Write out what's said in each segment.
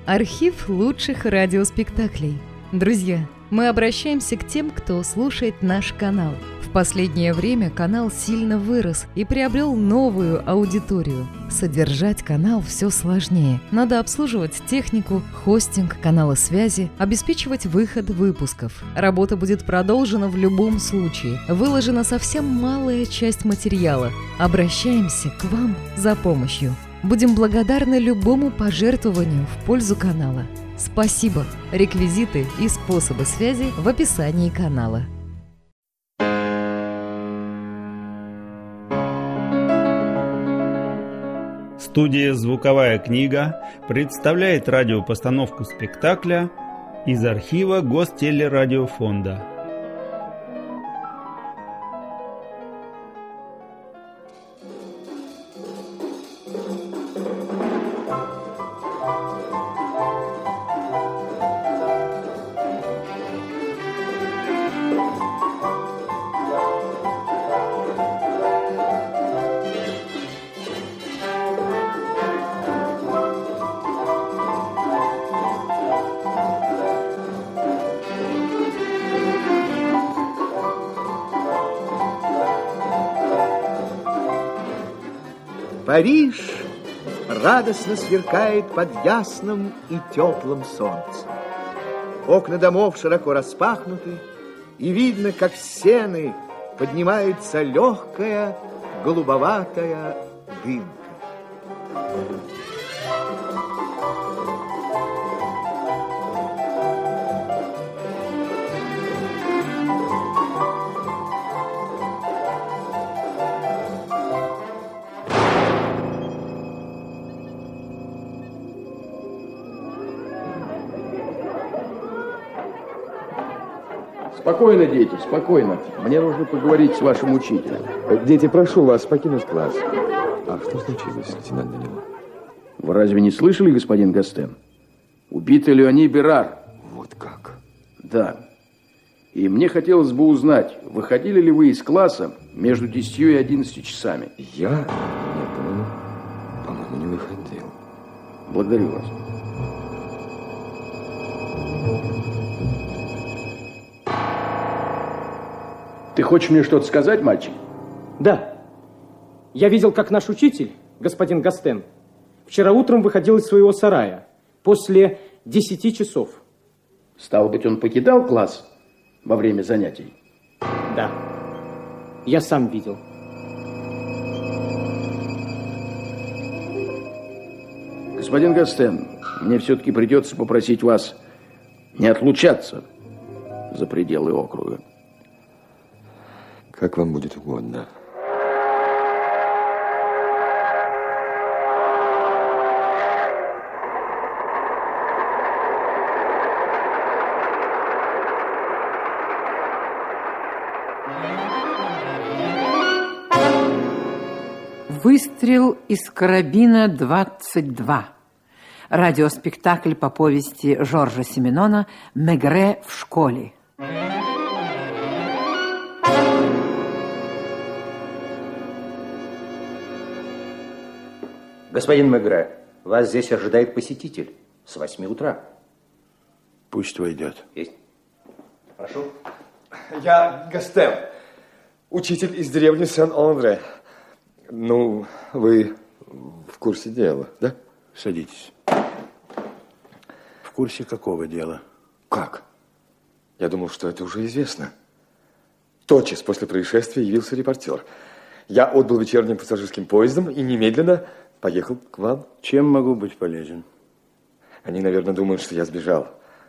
Архив лучших радиоспектаклей. Друзья, мы обращаемся к тем, кто слушает наш канал. В последнее время канал сильно вырос и приобрел новую аудиторию. Содержать канал все сложнее. Надо обслуживать технику, хостинг, каналы связи, обеспечивать выход выпусков. Работа будет продолжена в любом случае. Выложена совсем малая часть материала. Обращаемся к вам за помощью. Будем благодарны любому пожертвованию в пользу канала. Спасибо! Реквизиты и способы связи в описании канала. Студия «Звуковая книга» представляет радиопостановку спектакля из архива Гостелерадиофонда. Париж радостно сверкает под ясным и теплым солнцем. Окна домов широко распахнуты, и видно, как с сены поднимается легкая голубоватая дымка. Спокойно, дети, спокойно. Мне нужно поговорить с вашим учителем. Дети, прошу вас покинуть класс. А что случилось, лейтенант Данилов? Вы разве не слышали, господин Гастен? Убит Элеони Берар. Вот как? Да. И мне хотелось бы узнать, выходили ли вы из класса между 10 и 11 часами? Я? Нет, по-моему, не выходил. Благодарю вас. Ты хочешь мне что-то сказать, мальчик? Да. Я видел, как наш учитель, господин Гастен, вчера утром выходил из своего сарая после 10 часов. Стало быть, он покидал класс во время занятий? Да. Я сам видел. Господин Гастен, мне все-таки придется попросить вас не отлучаться за пределы округа. Как вам будет угодно. Выстрел из карабина 22. Радиоспектакль по повести Жоржа Сименона «Мегре в школе». Господин Мегре, вас здесь ожидает посетитель с 8 утра. Пусть войдет. Есть. Прошу. Я Гастен, учитель из деревни Сен-Андре. Ну, вы в курсе дела, да? Садитесь. В курсе какого дела? Как? Я думал, что это уже известно. Тотчас после происшествия явился репортер. Я отбыл вечерним пассажирским поездом и немедленно поехал к вам. Чем могу быть полезен? Они, наверное, думают, что я сбежал.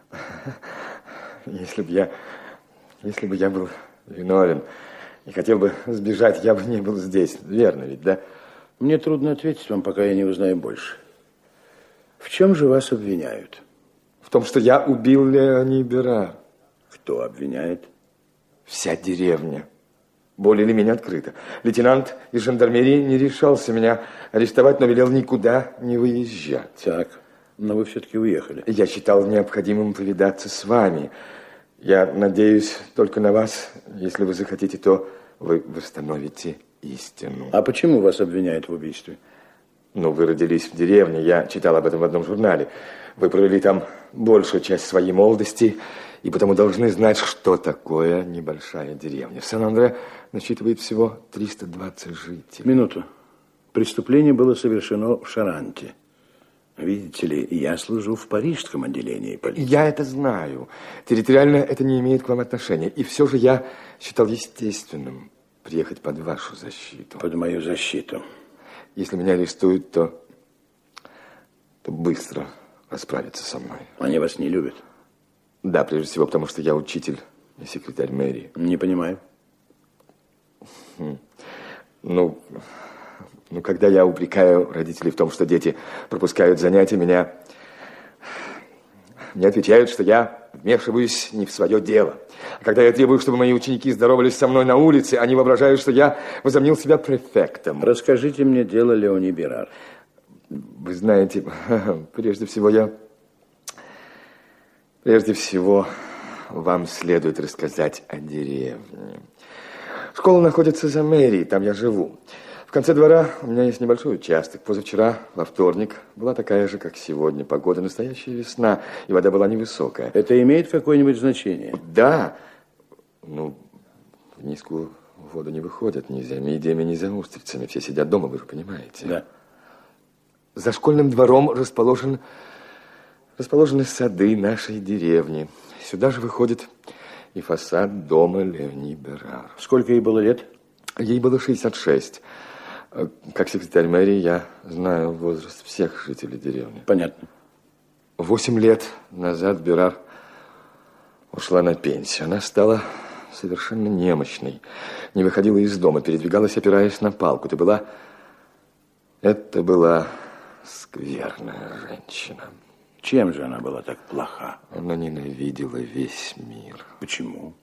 Если бы я был виновен и хотел бы сбежать, я бы не был здесь. Верно ведь, да? Мне трудно ответить вам, пока я не узнаю больше. В чем же вас обвиняют? В том, что я убил Леони Берар. Кто обвиняет? Вся деревня. Более или менее открыто. Лейтенант из жандармерии не решался меня арестовать, но велел никуда не выезжать. Так, но вы все-таки уехали. Я считал необходимым повидаться с вами. Я надеюсь только на вас. Если вы захотите, то вы восстановите истину. А почему вас обвиняют в убийстве? Ну, вы родились в деревне, я читал об этом в одном журнале. Вы провели там большую часть своей молодости, и потому должны знать, что такое небольшая деревня. В Сан-Андре насчитывает всего 320 жителей. Минуту. Преступление было совершено в Шаранте. Видите ли, я служу в парижском отделении полиции. Я это знаю. Территориально это не имеет к вам отношения. И все же я считал естественным приехать под вашу защиту. Под мою защиту. Если меня арестуют, то быстро расправятся со мной. Они вас не любят? Да, прежде всего, потому что я учитель и секретарь мэрии. Не понимаю. Ну, когда я упрекаю родителей в том, что дети пропускают занятия, мне отвечают, что я вмешиваюсь не в свое дело. А когда я требую, чтобы мои ученики здоровались со мной на улице, они воображают, что я возомнил себя префектом. Расскажите мне дело Леони Берар. Вы знаете, прежде всего, вам следует рассказать о деревне. Школа находится за мэрией, там я живу. В конце двора у меня есть небольшой участок. Позавчера, во вторник, была такая же, как сегодня. Погода настоящая весна, и вода была невысокая. Это имеет какое-нибудь значение? Да. Ну, в низкую воду не выходят ни за мидиями, ни за устрицами. Все сидят дома, вы же понимаете. Да. За школьным двором расположены сады нашей деревни. Сюда же выходит и фасад дома Леони Берар. Сколько ей было лет? Ей было 66. Как секретарь мэрии я знаю возраст всех жителей деревни. Понятно. 8 лет назад Берар ушла на пенсию. Она стала совершенно немощной. Не выходила из дома, передвигалась, опираясь на палку. Это была скверная женщина. Чем же она была так плоха? Она ненавидела весь мир. Почему?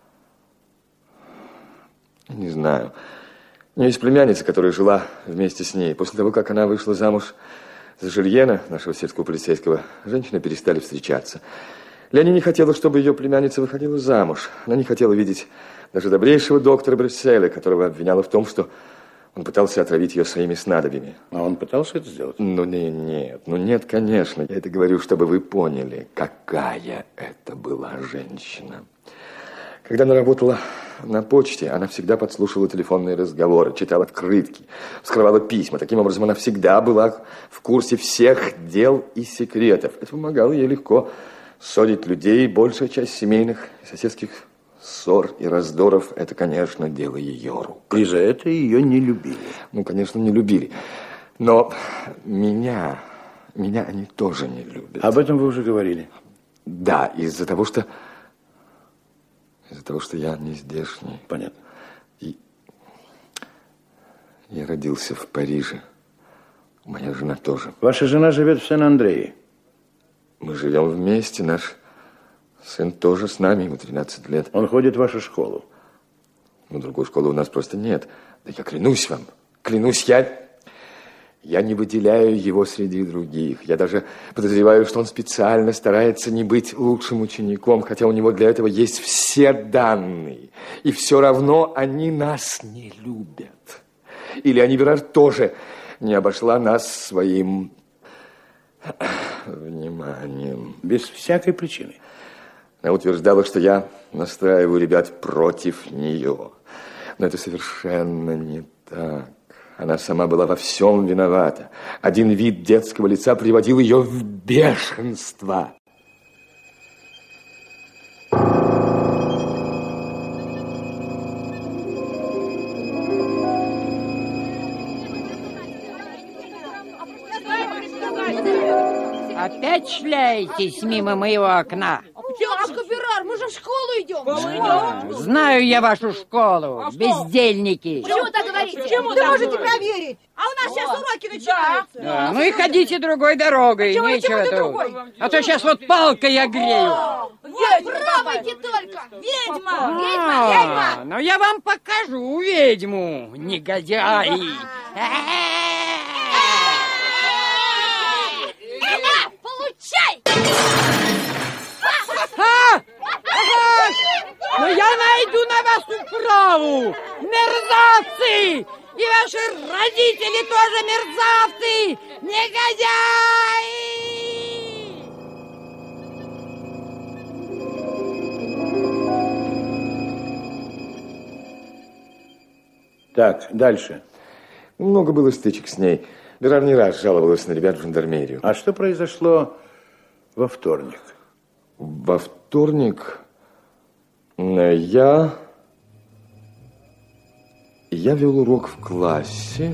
Не знаю. У нее есть племянница, которая жила вместе с ней. После того, как она вышла замуж за Жильена, нашего сельского полицейского, женщины перестали встречаться. Леони не хотела, чтобы ее племянница выходила замуж. Она не хотела видеть даже добрейшего доктора Брюсселя, которого обвиняла в том, что он пытался отравить ее своими снадобьями. А он пытался это сделать? Нет, конечно. Я это говорю, чтобы вы поняли, какая это была женщина. Когда она работала на почте, она всегда подслушивала телефонные разговоры, читала открытки, вскрывала письма. Таким образом, она всегда была в курсе всех дел и секретов. Это помогало ей легко ссорить людей. Большая часть семейных и соседских ссор и раздоров – это, конечно, дело ее рук. И за это ее не любили? Ну, конечно, не любили. Но меня они тоже не любят. Об этом вы уже говорили? Да, из-за того, что я не здешний. Понятно. И я родился в Париже. Моя жена тоже. Ваша жена живет в Сен-Андрее? Мы живем вместе. Наш сын тоже с нами, ему 13 лет. Он ходит в вашу школу? Ну, другой школы у нас просто нет. Да я клянусь вам, я не выделяю его среди других. Я даже подозреваю, что он специально старается не быть лучшим учеником, хотя у него для этого есть все данные. И все равно они нас не любят. И Леони Берар тоже не обошла нас своим вниманием. Без всякой причины. Она утверждала, что я настраиваю ребят против нее. Но это совершенно не так. Она сама была во всем виновата. Один вид детского лица приводил ее в бешенство. Опять шляетесь мимо моего окна? Дедушка Берар, мы же в школу идем. Знаю я вашу школу, бездельники. Почему так говорите? Вы можете проверить. А у нас сейчас уроки начинаются. Да, ну и ходите другой дорогой, нечего тут. А то сейчас вот палкой я грею. Пробуйте только. Ведьма. Ну я вам покажу ведьму, негодяи. Получай! Но я найду на вас управу, мерзавцы, и ваши Родители тоже мерзавцы! Негодяи! Так, дальше. Много было стычек с ней. Берар не раз жаловалась на ребят в жандармерию. А что произошло во вторник? Во вторник я вел урок в классе.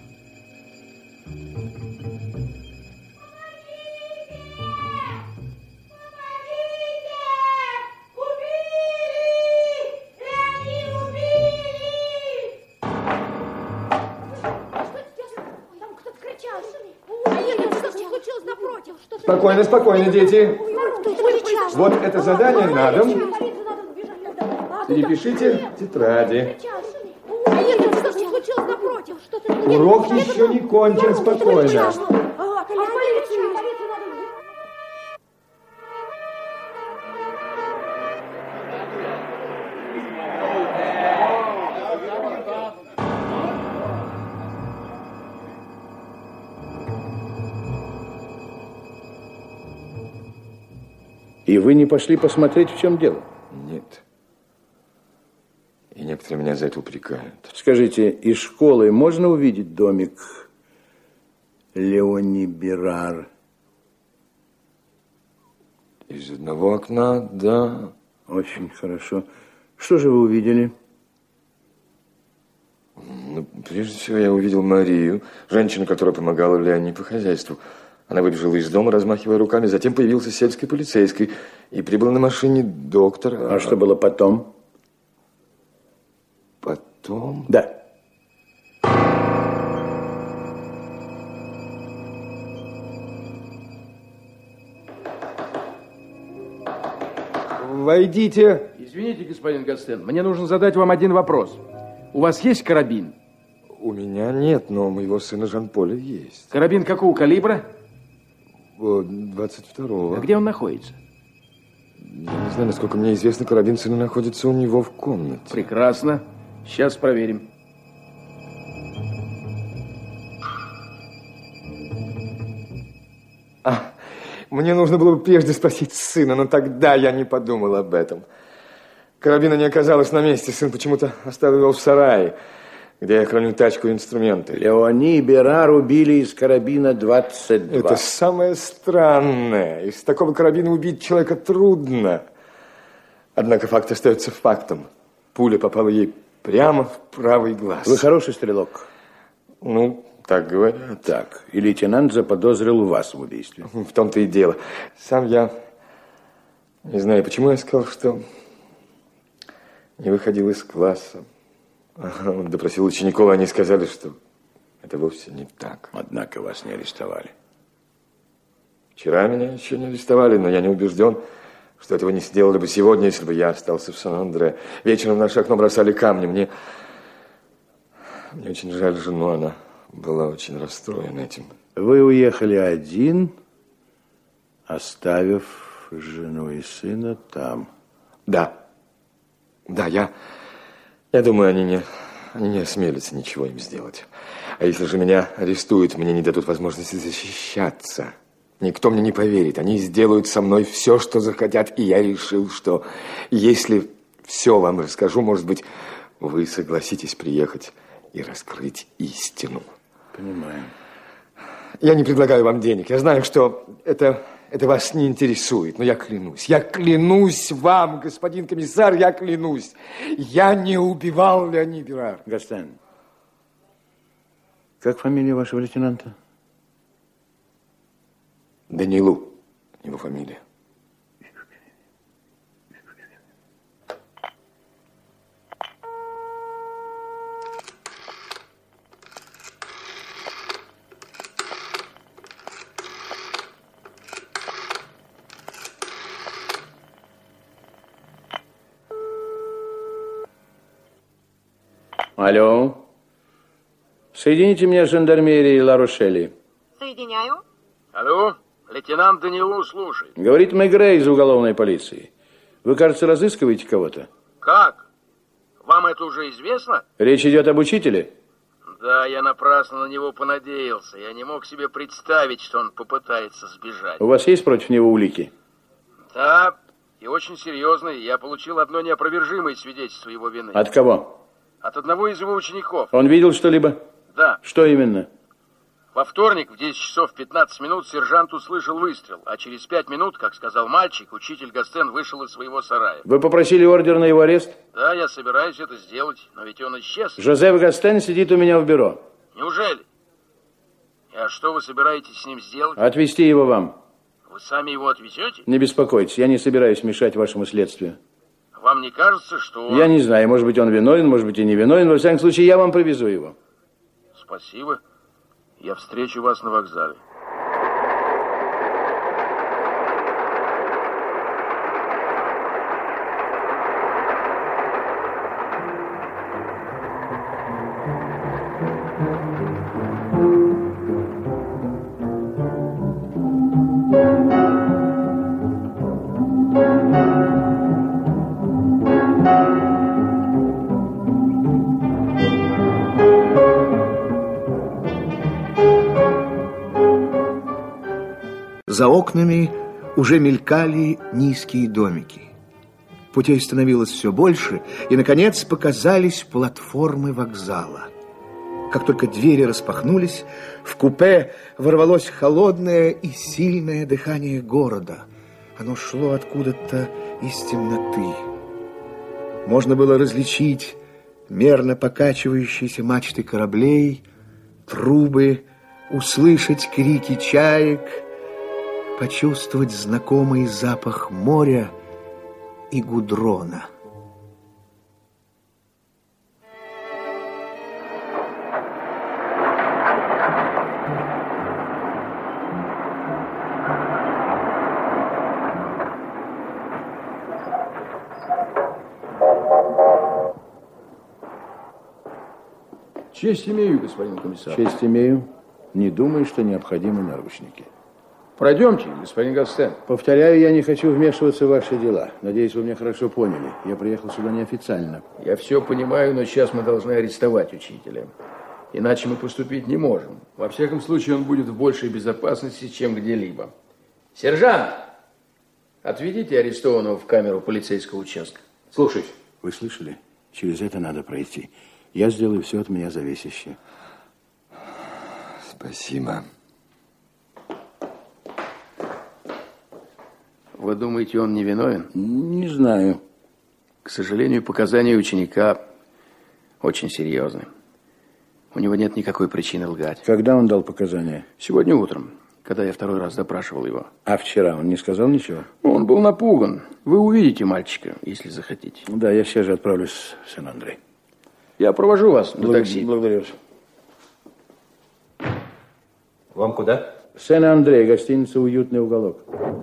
Спокойно, спокойно, дети. Вот это задание на дом. Перепишите тетради. Урок еще не кончен, спокойно. И вы не пошли посмотреть, в чем дело? Нет. И некоторые меня за это упрекают. Скажите, из школы можно увидеть домик Леони Берар? Из одного окна, да. Очень хорошо. Что же вы увидели? Ну, прежде всего я увидел Марию, женщину, которая помогала Леони по хозяйству. Она выбежала из дома, размахивая руками, затем появился сельский полицейский и прибыл на машине доктор. А что было потом? Потом? Да. Войдите. Извините, господин Гастен, мне нужно задать вам один вопрос. У вас есть карабин? У меня нет, но у моего сына Жан-Поля есть. Карабин какого калибра? 22-го. А где он находится? Я не знаю, насколько мне известно, карабин сына находится у него в комнате. Прекрасно. Сейчас проверим. Мне нужно было бы прежде спросить сына, но тогда я не подумал об этом. Карабина не оказалось на месте. Сын почему-то оставил его в сарае, где я храню тачку и инструменты. Леони и Берар убили из карабина 22. Это самое странное. Из такого карабина убить человека трудно. Однако факт остается фактом. Пуля попала ей прямо в правый глаз. Вы хороший стрелок? Ну, так говорят. Так, и лейтенант заподозрил вас в убийстве. В том-то и дело. Сам я не знаю, почему я сказал, что не выходил из класса. Он допросил учеников, и они сказали, что это вовсе не так. Однако вас не арестовали. Вчера меня еще не арестовали, но я не убежден, что этого не сделали бы сегодня, если бы я остался в Сан-Андре. Вечером в наше окно бросали камни. Мне очень жаль жену, она была очень расстроена этим. Вы уехали один, оставив жену и сына там. Да. Да, я думаю, они не осмелятся ничего им сделать. А если же меня арестуют, мне не дадут возможности защищаться. Никто мне не поверит. Они сделают со мной все, что захотят. И я решил, что если все вам расскажу, может быть, вы согласитесь приехать и раскрыть истину. Понимаю. Я не предлагаю вам денег. Я знаю, что это вас не интересует, но я клянусь вам, господин комиссар, я клянусь. Я не убивал Леони Берар. Гастен, как фамилия вашего лейтенанта? Данилу, его фамилия. Алло. Соедините меня с жандармерией Ла-Рошели. Соединяю. Алло, лейтенант Данилу слушает. Говорит Мегре из уголовной полиции. Вы, кажется, разыскиваете кого-то? Как? Вам это уже известно? Речь идет об учителе? Да, я напрасно на него понадеялся. Я не мог себе представить, что он попытается сбежать. У вас есть против него улики? Да, и очень серьезные. Я получил одно неопровержимое свидетельство его вины. От кого? От одного из его учеников. Он видел что-либо? Да. Что именно? Во вторник в 10 часов 15 минут сержант услышал выстрел, а через 5 минут, как сказал мальчик, учитель Гастен вышел из своего сарая. Вы попросили ордер на его арест? Да, я собираюсь это сделать, но ведь он исчез. Жозеф Гастен сидит у меня в бюро. Неужели? А что вы собираетесь с ним сделать? Отвезти его вам. Вы сами его отвезете? Не беспокойтесь, я не собираюсь мешать вашему следствию. Вам не кажется, что он... Я не знаю, может быть, он виновен, может быть, и не виновен. Во всяком случае, я вам привезу его. Спасибо. Я встречу вас на вокзале. За окнами уже мелькали низкие домики. Путей становилось все больше, и, наконец, показались платформы вокзала. Как только двери распахнулись, в купе ворвалось холодное и сильное дыхание города. Оно шло откуда-то из темноты. Можно было различить мерно покачивающиеся мачты кораблей, трубы, услышать крики чаек, почувствовать знакомый запах моря и гудрона. Честь имею, господин комиссар. Честь имею. Не думаю, что необходимы наручники. Пройдемте, господин Гастен. Повторяю, я не хочу вмешиваться в ваши дела. Надеюсь, вы меня хорошо поняли. Я приехал сюда неофициально. Я все понимаю, но сейчас мы должны арестовать учителя. Иначе мы поступить не можем. Во всяком случае, он будет в большей безопасности, чем где-либо. Сержант, отведите арестованного в камеру полицейского участка. Слушай. Вы слышали? Через это надо пройти. Я сделаю все от меня зависящее. Спасибо. Вы думаете, он не виновен? Не знаю. К сожалению, показания ученика очень серьезны. У него нет никакой причины лгать. Когда он дал показания? Сегодня утром, когда я второй раз допрашивал его. А вчера он не сказал ничего? Он был напуган. Вы увидите мальчика, если захотите. Да, я сейчас же отправлюсь в Сен-Андре. Я провожу вас на такси. Благодарю. Вам куда? Сен-Андре, гостиница «Уютный уголок».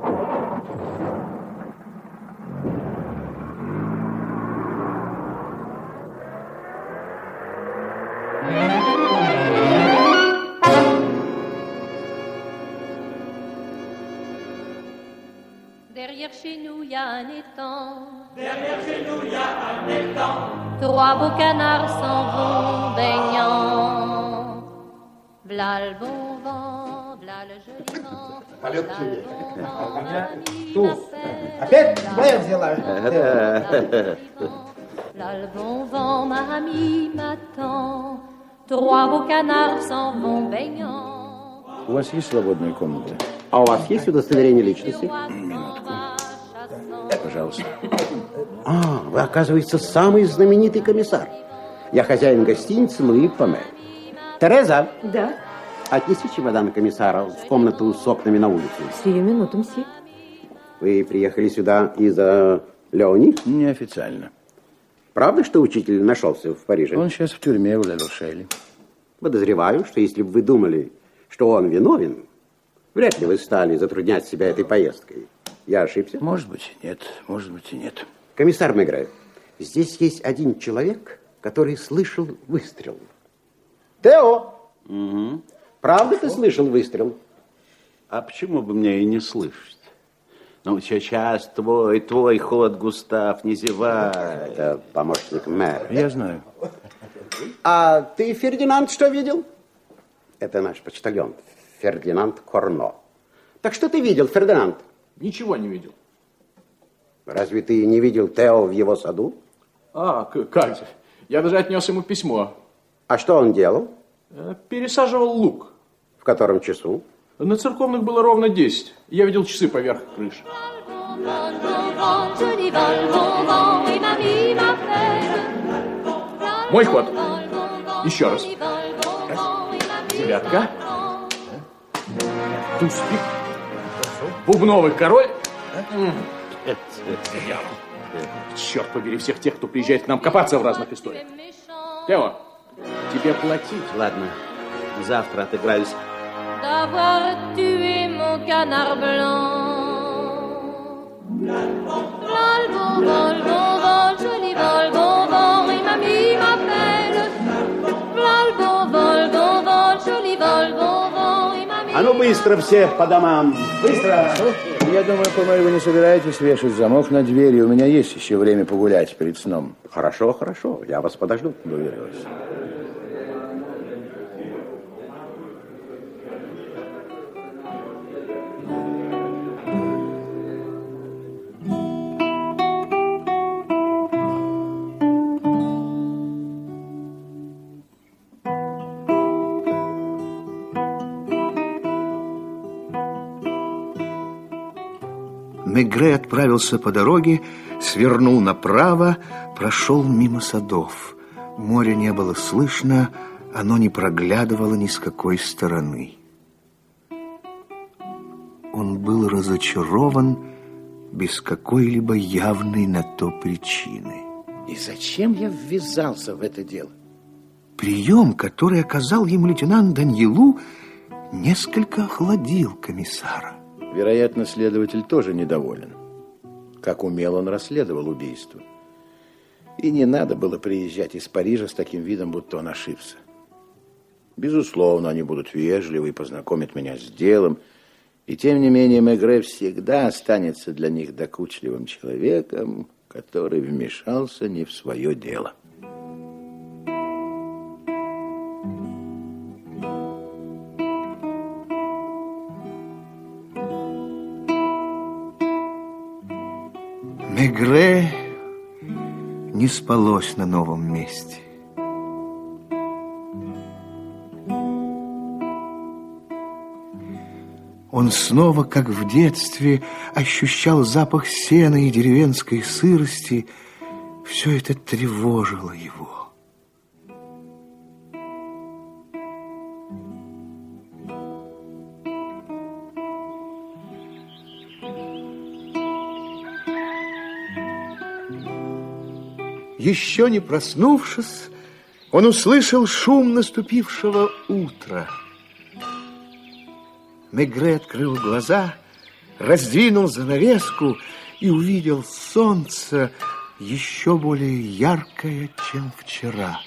Derrière chez nous, il y a un étang. Derrière chez nous, il y a un étang. Trois beaux canards s'en vont baignant. V'là le bon vent, v'là le joli vent. V'là le bon vent, mamie m'appelle. Опять моя взяла. V'là le bon vent, mamie m'attend. Trois beaux canards s'en vont baignant. У вас есть свободная комната? А у вас есть удостоверение личности? Минутку. Пожалуйста. А, вы, оказывается, самый знаменитый комиссар. Я хозяин гостиницы Луи Поме. Тереза? Да? Отнеси чемодан комиссара в комнату с окнами на улицу. Сию минуту, мсье. Вы приехали сюда из-за Леони? Неофициально. Правда, что учитель нашелся в Париже? Он сейчас в тюрьме в Ля-Рошеле. Подозреваю, что если бы вы думали, что он виновен, вряд ли вы стали затруднять себя этой поездкой. Я ошибся? Может быть, нет. Может быть, и нет. Комиссар Мегре, здесь есть один человек, который слышал выстрел. Тео! Угу. Правда ты слышал выстрел? А почему бы мне и не слышать? Ну, сейчас твой ход, Густав, не зевай. Это помощник мэра. Я знаю. А ты, Фердинанд, что видел? Это наш почтальон, Фердинанд Корно. Так что ты видел, Фердинанд? Ничего не видел. Разве ты не видел Тео в его саду? А, как же. Я даже отнес ему письмо. А что он делал? Пересаживал лук. В котором часу? На церковных было ровно 10. Я видел часы поверх крыши. Мой ход. Еще раз. Девятка. Туз пик. Бубновый король. Черт побери всех тех, кто приезжает к нам копаться в разных историях. Тео, тебе платить. Ладно, завтра отыграюсь. D'avoir tué mon canard blanc. Vol, vol, vol, vol, vol, joli vol, vol, vol, et mamie m'appelle. Vol, vol, vol, vol, vol, joli vol, vol, vol, et mamie. А ну быстро все по домам. Быстро. Я думаю, по-моему, вы не собираетесь вешать замок на двери. У меня есть еще время погулять перед сном. Хорошо, хорошо. Я вас подожду. Благодарю вас. Мегре отправился по дороге, свернул направо, прошел мимо садов. Моря не было слышно, оно не проглядывало ни с какой стороны. Он был разочарован без какой-либо явной на то причины. И зачем я ввязался в это дело? Прием, который оказал ему лейтенант Даньелу, несколько охладил комиссара. Вероятно, следователь тоже недоволен. Как умело он расследовал убийство. И не надо было приезжать из Парижа с таким видом, будто он ошибся. Безусловно, они будут вежливы и познакомят меня с делом. И тем не менее, Мегре всегда останется для них докучливым человеком, который вмешался не в свое дело. Мегре не спалось на новом месте. Он снова, как в детстве, ощущал запах сена и деревенской сырости. Все это тревожило его. Еще не проснувшись, он услышал шум наступившего утра. Мегре открыл глаза, раздвинул занавеску и увидел солнце еще более яркое, чем вчера.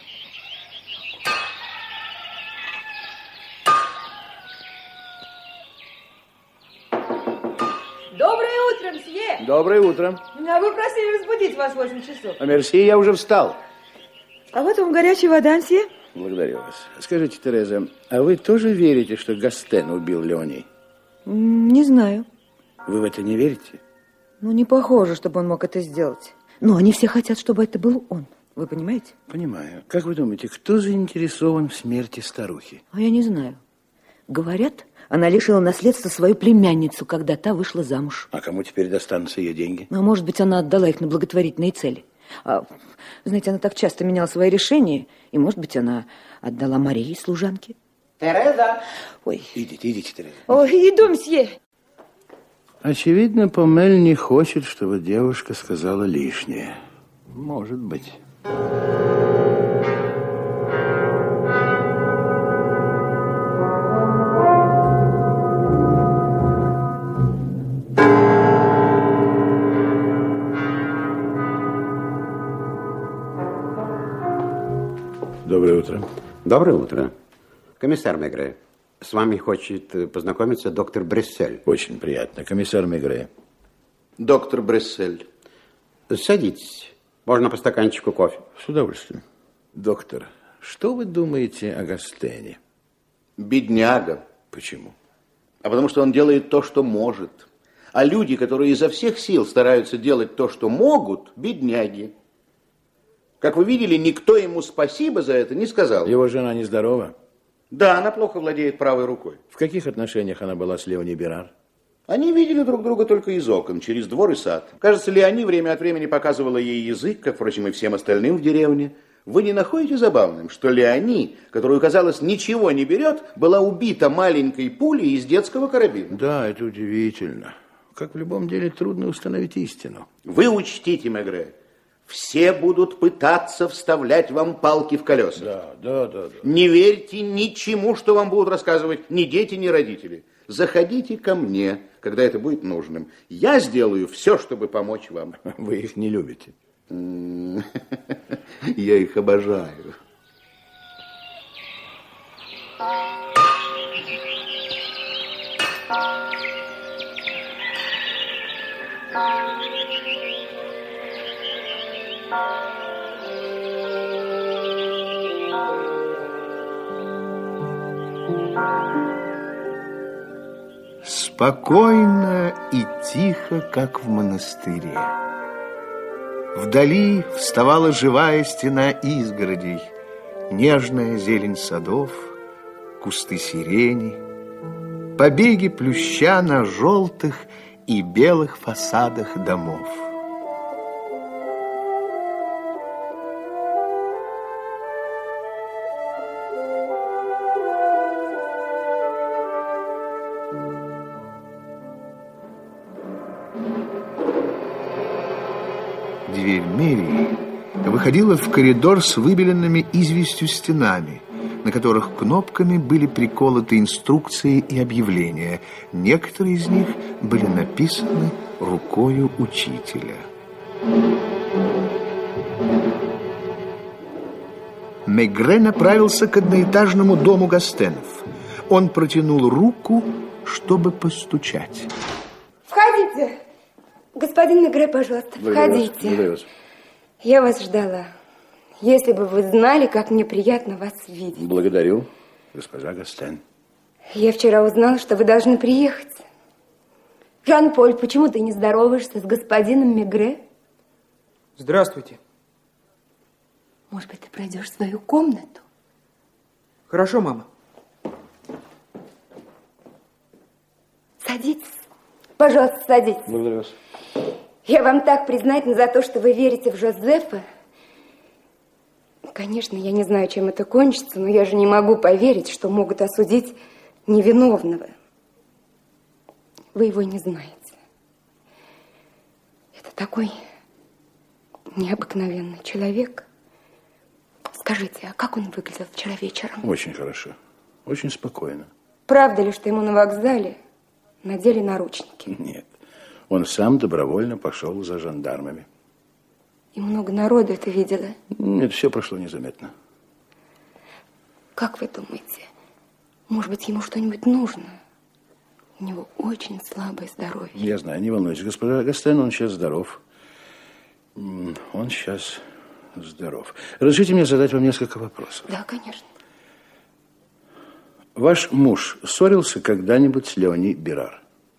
Доброе утро, мсье. Доброе утро. А вы просили разбудить вас в 8 часов. А мерси, я уже встал. А вот вам горячая вода, мсье. Благодарю вас. Скажите, Тереза, а вы тоже верите, что Гастен убил Леони? Не знаю. Вы в это не верите? Ну, не похоже, чтобы он мог это сделать. Но они все хотят, чтобы это был он. Вы понимаете? Понимаю. Как вы думаете, кто заинтересован в смерти старухи? А я не знаю. Говорят, она лишила наследства свою племянницу, когда та вышла замуж. А кому теперь достанутся ее деньги? А может быть, она отдала их на благотворительные цели. Знаете, она так часто меняла свои решения, и, может быть, она отдала Марии, служанке. Тереза! Ой. Идите, Тереза. Ой, иду, мсье. Очевидно, Помель не хочет, чтобы девушка сказала лишнее. Может быть. Доброе утро. Доброе утро. Комиссар Мегре, с вами хочет познакомиться доктор Брессель. Очень приятно. Комиссар Мегре. Доктор Брессель. Садитесь. Можно по стаканчику кофе? С удовольствием. Доктор, Что вы думаете о Гастене? Бедняга. Почему? А потому что он делает то, что может. А люди, которые изо всех сил стараются делать то, что могут, бедняги. Как вы видели, никто ему спасибо за это не сказал. Его жена нездорова? Да, она плохо владеет правой рукой. В каких отношениях она была с Леони Берар? Они видели друг друга только из окон, через двор и сад. Кажется, Леони время от времени показывала ей язык, как, впрочем, и всем остальным в деревне. Вы не находите забавным, что Леони, которую, казалось, ничего не берет, была убита маленькой пулей из детского карабина? Да, это удивительно. Как в любом деле трудно установить истину. Вы учтите, Мегре, все будут пытаться вставлять вам палки в колеса. Да. Не верьте ничему, что вам будут рассказывать ни дети, ни родители. Заходите ко мне, когда это будет нужным. Я сделаю все, чтобы помочь вам. Вы их не любите. Я их обожаю. Спокойно и тихо, как в монастыре. Вдали вставала живая стена изгородей, нежная зелень садов, кусты сирени, побеги плюща на желтых и белых фасадах домов. Дверь мэрии выходила в коридор с выбеленными известью стенами, на которых кнопками были приколоты инструкции и объявления. Некоторые из них были написаны рукою учителя. Мегре направился к одноэтажному дому Гастенов. Он протянул руку, чтобы постучать. Входите! Господин Мегре, пожалуйста, входите. Я вас ждала. Если бы вы знали, как мне приятно вас видеть. Благодарю, госпожа Гастен. Я вчера узнала, что вы должны приехать. Жан-Поль, почему ты не здороваешься с господином Мегре? Здравствуйте. Может быть, ты пройдешь в свою комнату? Хорошо, мама. Садитесь. Пожалуйста, садитесь. Благодарю вас. Я вам так признательна за то, что вы верите в Жозефа. Конечно, я не знаю, чем это кончится, но я же не могу поверить, что могут осудить невиновного. Вы его не знаете. Это такой необыкновенный человек. Скажите, а как он выглядел вчера вечером? Очень хорошо. Очень спокойно. Правда ли, что ему на вокзале надели наручники? Нет. Он сам добровольно пошел за жандармами. И много народу это видело? Нет, все прошло незаметно. Как вы думаете, может быть, ему что-нибудь нужно? У него очень слабое здоровье. Я знаю, не волнуйтесь. Госпожа Гастен, он сейчас здоров. Он сейчас здоров. Разрешите мне задать вам несколько вопросов. Да, конечно. Ваш муж ссорился когда-нибудь с Леони Берар?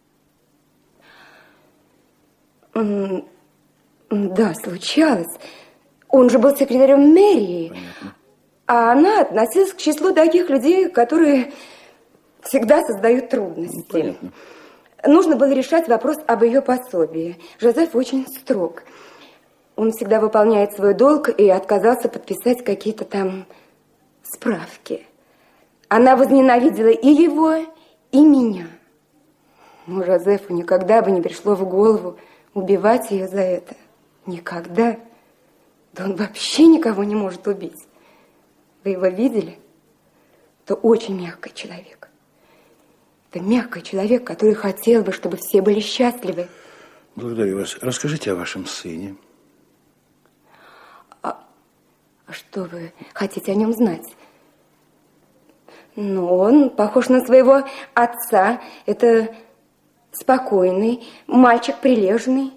Да, случалось. Он же был секретарем мэрии. Понятно. А она относилась к числу таких людей, которые всегда создают трудности. Понятно. Нужно было решать вопрос об ее пособии. Жозеф очень строг. Он всегда выполняет свой долг и отказался подписать какие-то там справки. Она возненавидела и его, и меня. Но Жозефу никогда бы не пришло в голову убивать ее за это. Никогда. Да он вообще никого не может убить. Вы его видели? Это очень мягкий человек. Это мягкий человек, который хотел бы, чтобы все были счастливы. Благодарю вас. Расскажите о вашем сыне. А что вы хотите о нем знать? Ну, он похож на своего отца. Это спокойный, мальчик прилежный,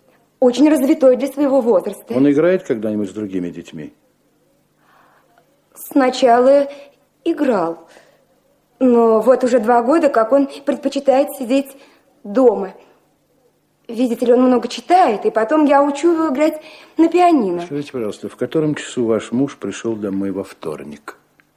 очень развитой для своего возраста. Он играет когда-нибудь с другими детьми? Сначала играл. Но вот уже 2 года, как он предпочитает сидеть дома. Видите ли, он много читает, и потом я учу его играть на пианино. Скажите, пожалуйста, в котором часу ваш муж пришел домой во вторник?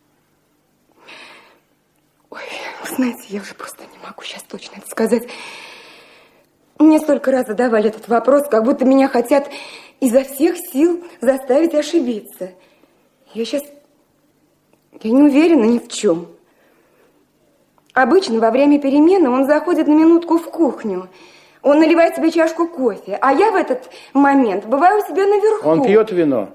Ой, вы знаете, я уже просто не могу сейчас точно это сказать. Мне столько раз задавали этот вопрос, как будто меня хотят изо всех сил заставить ошибиться. Я не уверена ни в чем. Обычно во время перемены он заходит на минутку в кухню. Он наливает себе чашку кофе, а я в этот момент бываю у себя наверху. Он пьет вино?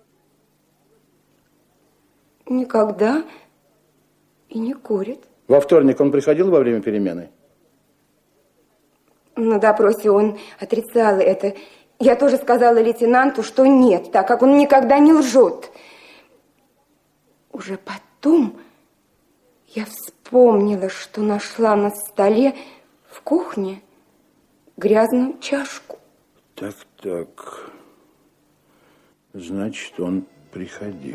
Никогда и не курит. Во вторник он приходил во время перемены? На допросе он отрицал это. Я тоже сказала лейтенанту, что нет, так как он никогда не лжет. Уже потом я вспомнила, что нашла на столе в кухне грязную чашку. Так. Значит, он приходил.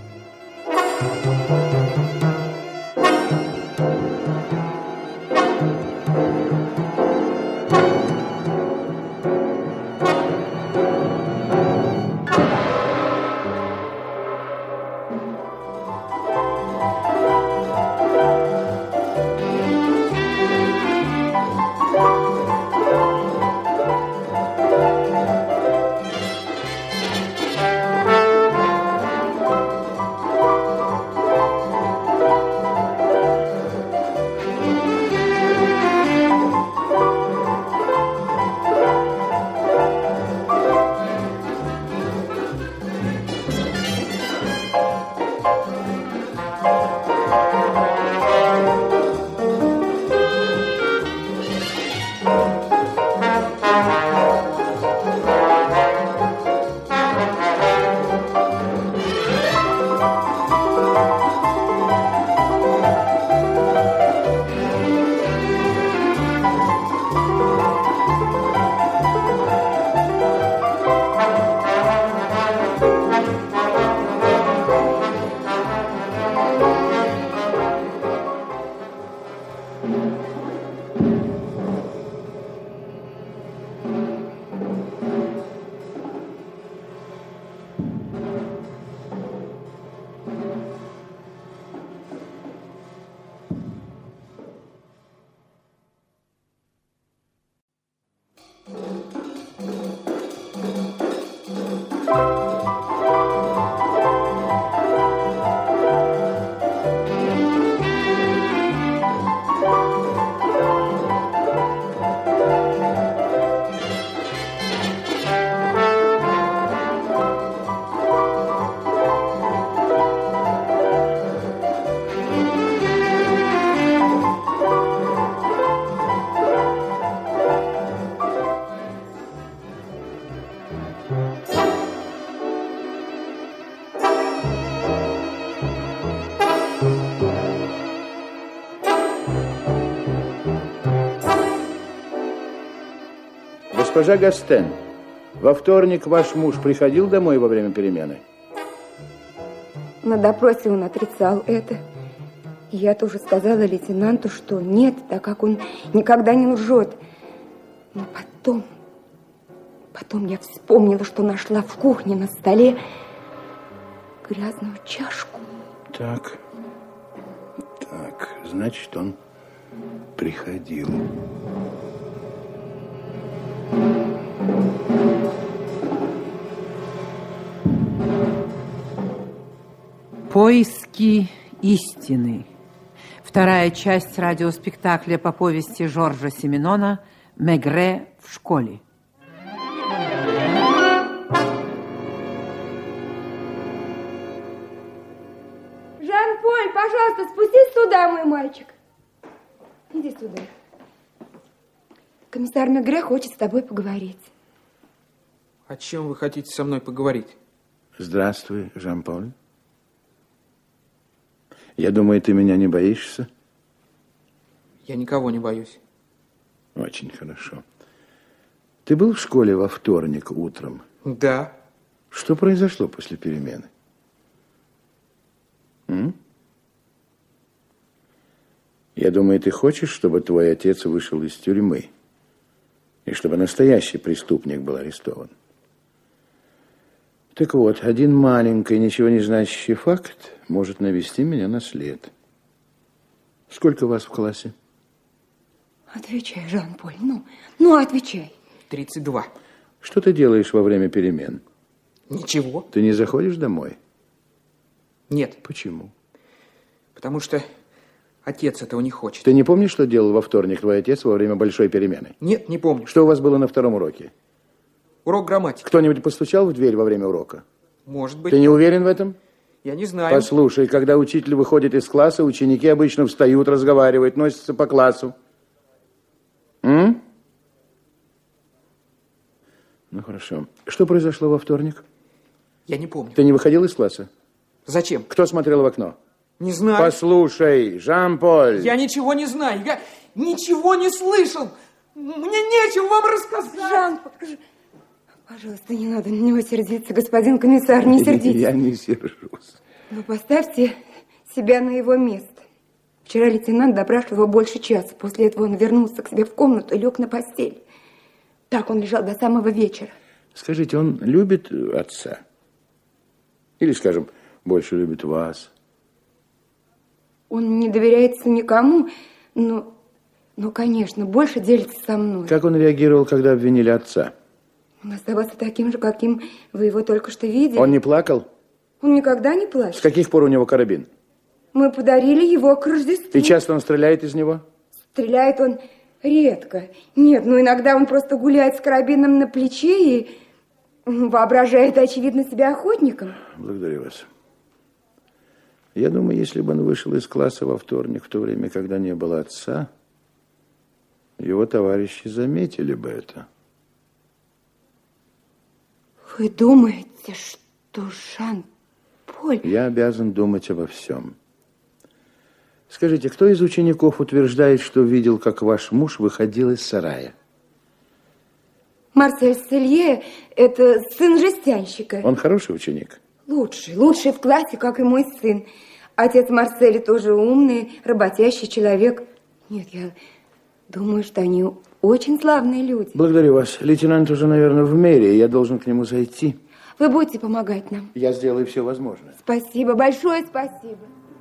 Госпожа Гастен, во вторник ваш муж приходил домой во время перемены? На допросе он отрицал это. Я тоже сказала лейтенанту, что нет, так как он никогда не лжет. Но потом я вспомнила, что нашла в кухне на столе грязную чашку. Так, значит, он приходил. Поиски истины. Вторая часть радиоспектакля по повести Жоржа Сименона «Мегре в школе». Жан-Поль, пожалуйста, спустись сюда, мой мальчик. Иди сюда. Комиссар Мегре хочет с тобой поговорить. О чем вы хотите со мной поговорить? Здравствуй, Жан-Поль. Я думаю, ты меня не боишься? Я никого не боюсь. Очень хорошо. Ты был в школе во вторник утром? Да. Что произошло после перемены? думаю, ты хочешь, чтобы твой отец вышел из тюрьмы, и чтобы настоящий преступник был арестован. Так вот, один маленький, ничего не значащий факт может навести меня на след. Сколько вас в классе? Отвечай, Жан-Поль, ну отвечай. 32. Что ты делаешь во время перемен? Ничего. Ты не заходишь домой? Нет. Почему? Потому что отец этого не хочет. Ты не помнишь, что делал во вторник твой отец во время большой перемены? Нет, не помню. Что у вас было на втором уроке? Урок грамматики. Кто-нибудь постучал в дверь во время урока? Может быть. Ты не уверен в этом? Я не знаю. Послушай, когда учитель выходит из класса, ученики обычно встают, разговаривают, носятся по классу. Ну, хорошо. Что произошло во вторник? Я не помню. Ты не выходил из класса? Зачем? Кто смотрел в окно? Не знаю. Послушай, Жан-Поль. Я ничего не знаю. Я ничего не слышал. Мне нечего вам рассказать. Жан-Поль, пожалуйста, не надо на него сердиться, господин комиссар, не сердитесь. Я не сержусь. Вы поставьте себя на его место. Вчера лейтенант допрашивал его больше часа. После этого он вернулся к себе в комнату и лег на постель. Так он лежал до самого вечера. Скажите, он любит отца? Или, скажем, больше любит вас? Он не доверяется никому, но конечно, больше делится со мной. Как он реагировал, когда обвинили отца? Он оставался таким же, каким вы его только что видели. Он не плакал? Он никогда не плачет. С каких пор у него карабин? Мы подарили его к Рождеству. И часто он стреляет из него? Стреляет он редко. Нет, иногда он просто гуляет с карабином на плече и воображает, очевидно, себя охотником. Благодарю вас. Я думаю, если бы он вышел из класса во вторник, в то время, когда не было отца, его товарищи заметили бы это. Вы думаете, что Жан-Поль... Я обязан думать обо всем. Скажите, кто из учеников утверждает, что видел, как ваш муж выходил из сарая? Марсель Селье – это сын жестянщика. Он хороший ученик? Лучший в классе, как и мой сын. Отец Марселя тоже умный, работящий человек. Нет, я думаю, что они очень славные люди. Благодарю вас. Лейтенант уже, наверное, в мэрии. Я должен к нему зайти. Вы будете помогать нам? Я сделаю все возможное. Спасибо, большое спасибо.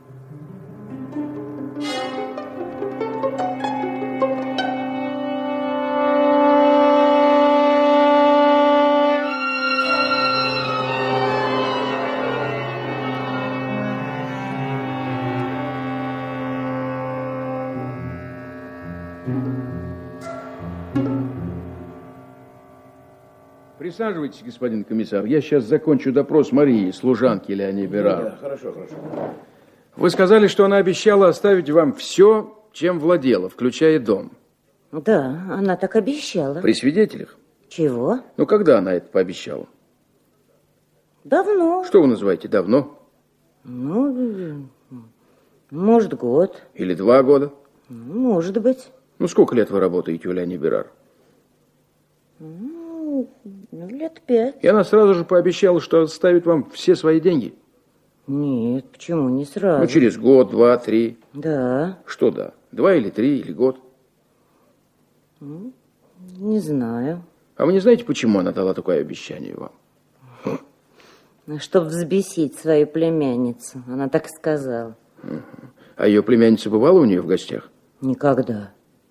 Присаживайтесь, господин комиссар. Я сейчас закончу допрос Марии, служанки Леони Берар. Да, хорошо. Вы сказали, что она обещала оставить вам все, чем владела, включая дом. Да, она так обещала. При свидетелях? Чего? Ну, когда она это пообещала? Давно. Что вы называете давно? Ну, может, год. Или 2 года? Может быть. Ну, сколько лет вы работаете у Леони Берар? Лет 5. И она сразу же пообещала, что оставит вам все свои деньги? Нет, почему не сразу? Ну, через год, 2, 3. Да. Что да? 2 или 3, или год? Не знаю. А вы не знаете, почему она дала такое обещание вам? Чтобы взбесить свою племянницу. Она так сказала. А ее племянница бывала у нее в гостях? Никогда.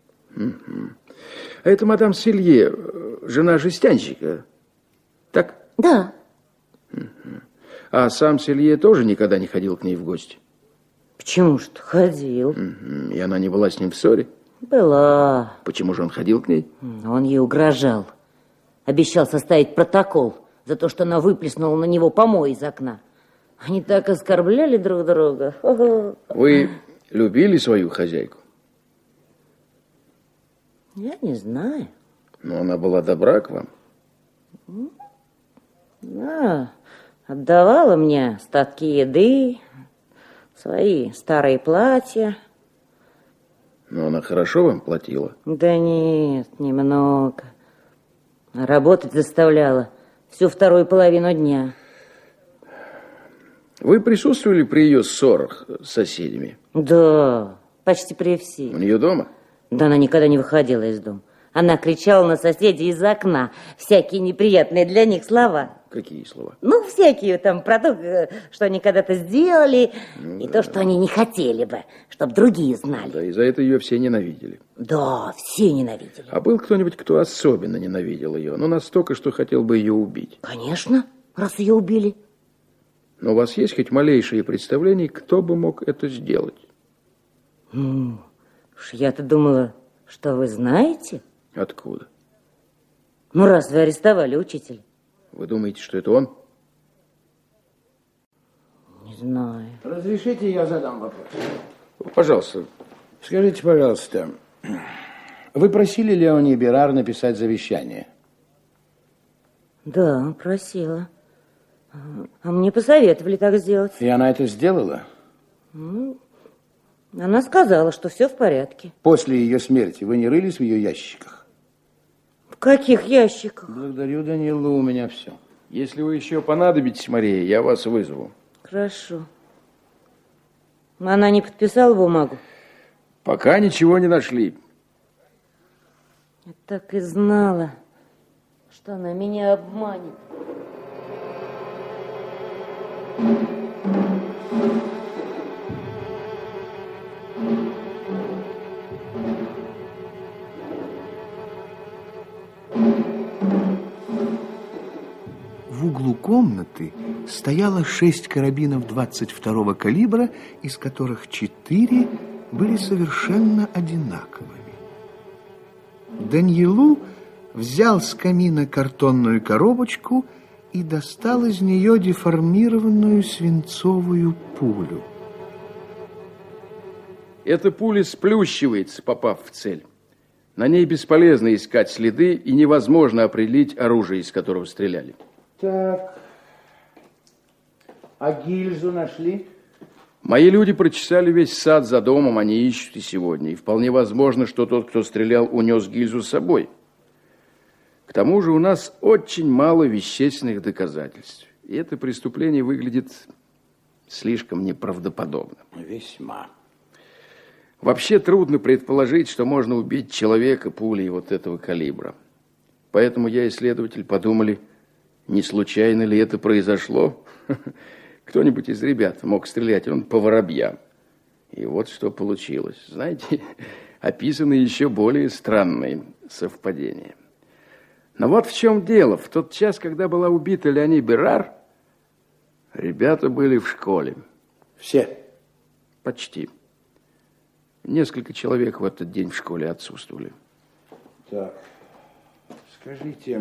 А это мадам Селье, жена жестянщика, так? Да. А сам Селье тоже никогда не ходил к ней в гости? Почему ж ты ходил? И она не была с ним в ссоре? Была. Почему же он ходил к ней? Он ей угрожал. Обещал составить протокол за то, что она выплеснула на него помой из окна. Они так оскорбляли друг друга. Вы любили свою хозяйку? Я не знаю. Но она была добра к вам? Да, отдавала мне остатки еды, свои старые платья. Но она хорошо вам платила? Да нет, немного. Работать заставляла всю вторую половину дня. Вы присутствовали при ее ссорах с соседями? Да, Почти при всех. У нее дома? Да она никогда не выходила из дома. Она кричала на соседей из окна всякие неприятные для них слова. Какие слова? Ну, всякие там про то, что они когда-то сделали, и то, что они не хотели бы, чтобы другие знали. Да, и за это ее все ненавидели. Да, все ненавидели. А был кто-нибудь, кто особенно ненавидел ее? Ну, настолько, что хотел бы ее убить? Конечно, раз ее убили. Но у вас есть хоть малейшее представление, кто бы мог это сделать? Уж я-то думала, что вы знаете. Откуда? Ну, раз вы арестовали учителя. Вы думаете, что это он? Не знаю. Разрешите, я задам вопрос? Пожалуйста. Скажите, пожалуйста, вы просили Леони Берар написать завещание? Да, просила. А мне посоветовали так сделать. И она это сделала? Она сказала, что все в порядке. После ее смерти вы не рылись в ее ящиках? В каких ящиках? Благодарю, Данила, у меня все. Если вы еще понадобитесь, Мария, я вас вызову. Хорошо. Она не подписала бумагу? Пока ничего не нашли. Я так и знала, что она меня обманет. В углу комнаты стояло 6 карабинов 22-го калибра, из которых 4 были совершенно одинаковыми. Даньелу взял с камина картонную коробочку и достал из нее деформированную свинцовую пулю. Эта пуля сплющивается, попав в цель. На ней бесполезно искать следы и невозможно определить оружие, из которого стреляли. Так, а гильзу нашли? Мои люди прочесали весь сад за домом, они ищут и сегодня. И вполне возможно, что тот, кто стрелял, унес гильзу с собой. К тому же у нас очень мало вещественных доказательств. И это преступление выглядит слишком неправдоподобно. Весьма. Вообще трудно предположить, что можно убить человека пулей вот этого калибра. Поэтому я и следователь подумали, не случайно ли это произошло? Кто-нибудь из ребят мог стрелять, он по воробьям. И вот что получилось. Знаете, описаны еще более странные совпадения. Но вот в чем дело. В тот час, когда была убита Леони Берар, ребята были в школе. Все? Почти. Несколько человек в этот день в школе отсутствовали. Так, скажите,